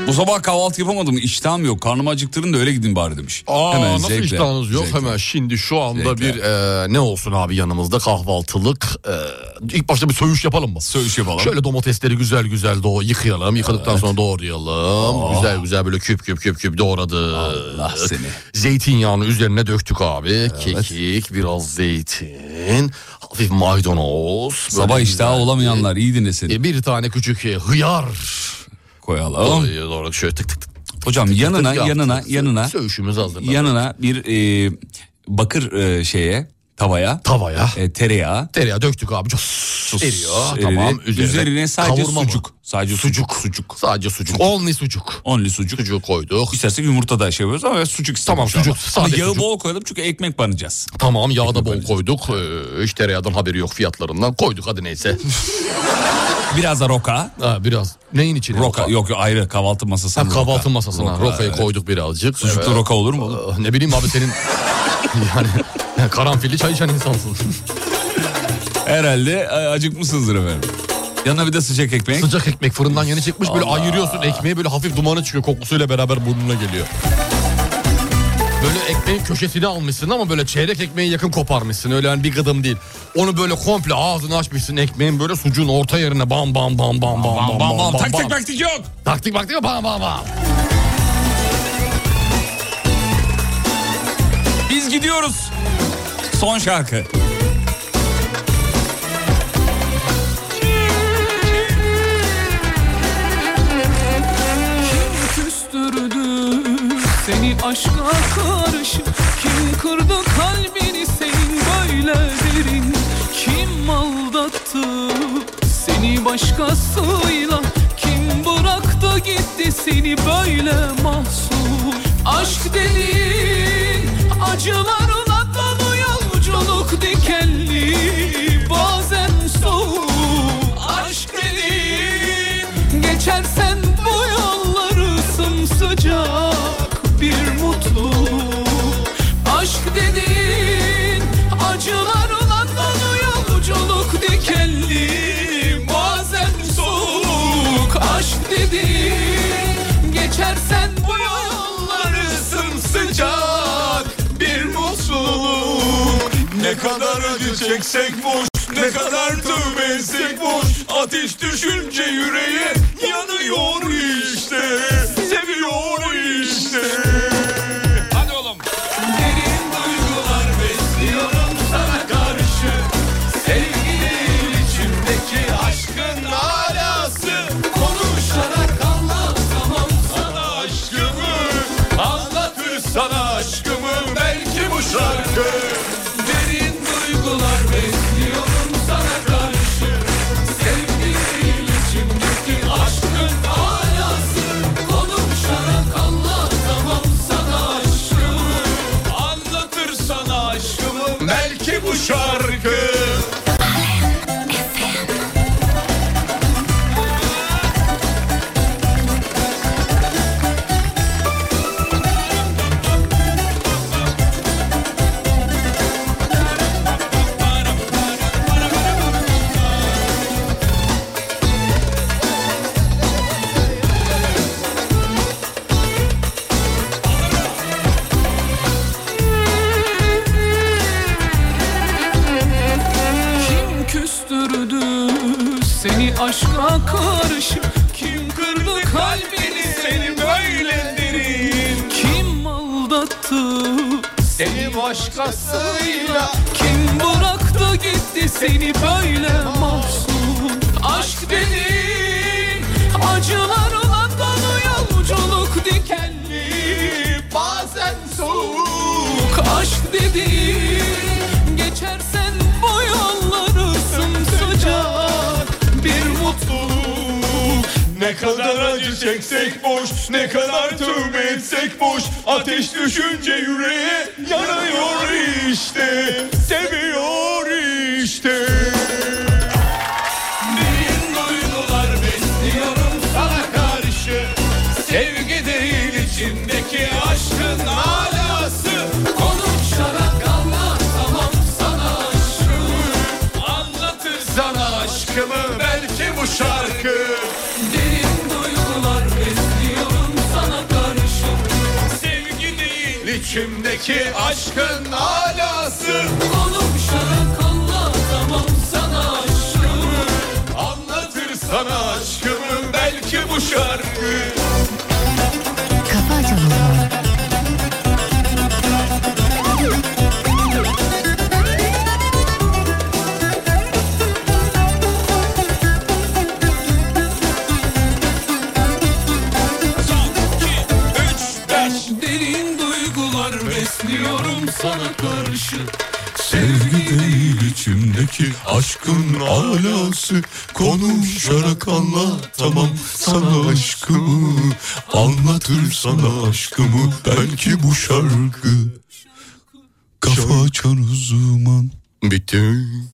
Bu sabah kahvaltı yapamadım. İştahım yok. Karnımı acıktırın da öyle gidin bari demiş. Aa, Hemen nasıl zevkle, iştahınız yok? zevkle. Hemen şimdi şu anda Zevkle. bir e, ne olsun abi yanımızda kahvaltılık. E, ilk başta bir söğüş yapalım mı? Söğüş yapalım. Şöyle domatesleri güzel güzel doğ yıkayalım. Yıkadıktan Evet. sonra doğrayalım. Oh. Güzel güzel böyle küp küp küp küp doğradık. Allah seni. Zeytinyağını üzerine döktük abi. Evet. Kekik, biraz zeytin, hafif maydanoz. Sabah Böyle iştahı güzel. olamayanlar iyi dinlesin. E, bir tane küçük e, hıyar Koyalım. doğru, doğru şöyle tık tık tık. Hocam tık tık yanına tık yanına yaptık. yanına Söğüşümüz hazırladık. yanına bir e, bakır e, şeye tavaya Tavaya. e, tereyağı Tereyağı döktük abi. Çok sus, eriyor. eridi. Tamam. Üzerine sadece kavurma mı? sucuk. Sadece sucuk. Sucuk. Sadece sucuk. Only sucuk. Only sucuk. Sucuğu koyduk. İstersek yumurta da şey yapıyoruz ama sucuk istedim. Tamam, şu anda. sucuk, Ama sade yağı sucuk. bol koyalım çünkü ekmek banacağız. Tamam, yağı da bol koyduk. Ee, hiç tereyağından haberi yok fiyatlarından. Koyduk hadi neyse. Biraz da roka. Ha, biraz. Neyin içine? Roka. Yok yok ayrı kahvaltı masasına. Ha, kahvaltı masasına Roka, rokayı evet. koyduk birazcık. Sucuklu Evet. roka olur mu oğlum? Ee, Ne bileyim abi senin yani karanfilli çay içen insansın. Herhalde e, acıkmışsınızdır efendim. Yanına bir de sıcak ekmek. Sıcak ekmek fırından yeni çıkmış böyle Allah. ayırıyorsun ekmeği, böyle hafif dumanı çıkıyor, kokusuyla beraber burnuna geliyor. Böyle ekmeğin köşesini almışsın ama böyle çeyrek ekmeği yakın koparmışsın, öyle yani bir gıdım değil. Onu böyle komple ağzını açmışsın, ekmeğin böyle sucuğun orta yerine bam bam bam bam bam bam bam bam. Taktik taktik yok. Taktik baktik yok, bam bam bam. Biz gidiyoruz. Son şarkı. Kim küstürdü seni aşka karşı? Kim kırdı kalbini senin böyle derin? Kim aldattı seni başkasıyla? Kim bıraktı gitti seni böyle mahzun? Aşk dediğin acılarla dolu yolculuk dikenli, bazen soğuk. Aşk dediğin geçersen bu yolları sımsıcak bir mutluluk. Aşk dediğin acılarla dolu yolculuk dikenli, bazen soğuk. Aşk dediğin geçersen bu yolları sımsıcak bir mutluluk. Ne kadar acı çeksek boş, ne kadar tövbe etsek boş. Ateş düşünce yüreğe yanıyor işte, seviyor işte. Hadi oğlum. Derin duygular besliyorum sana karşı. Sevgi değil içimdeki aşkın alası. Konuşarak anlatamam sana aşkımı. Anlatır sana aşkımı belki bu şarkı. Derin duygular besliyorum sana karşı. Sevgi değil içimdeki aşkın alası. Konuşarak anlatamam sana aşkımı. Anlatır sana aşkımı belki bu şarkı. Kim küstürdü seni aşka karşı? Kim kırdı kalbini seni böyle derin? Kim aldattı seni başkasıyla? Kim bıraktı gitti seni böyle mahzun? Aşk dediğin acılarla dolu yolculuk dikenli, bazen soğuk. Aşk dediğin geçersen bu yolları sımsıcak bir mutluluk. Ne kadar acı çeksek boş, ne kadar tövbe etsek boş. Ateş düşünce yüreğe yanıyor işte, seviyor işte. Derin duygular besliyorum sana karşı. Sevgi değil içimdeki aşkın alası. Konuşarak anlatamam sana aşkımı. Anlatır sana aşkımı belki bu şarkı. Derin duygular besliyorum içimdeki aşkın alası. Konuşarak anlatamam sana aşkımı. Anlatır sana aşkımı belki bu şarkı. Kafa Açan Uzman. Derin duygular besliyorum sana karşı. Sevgi değil içimdeki aşkın alası. Konuşarak anlatamam sana aşkımı. Anlatır sana aşkımı belki bu şarkı. Kafa Açan Uzman. Bitti.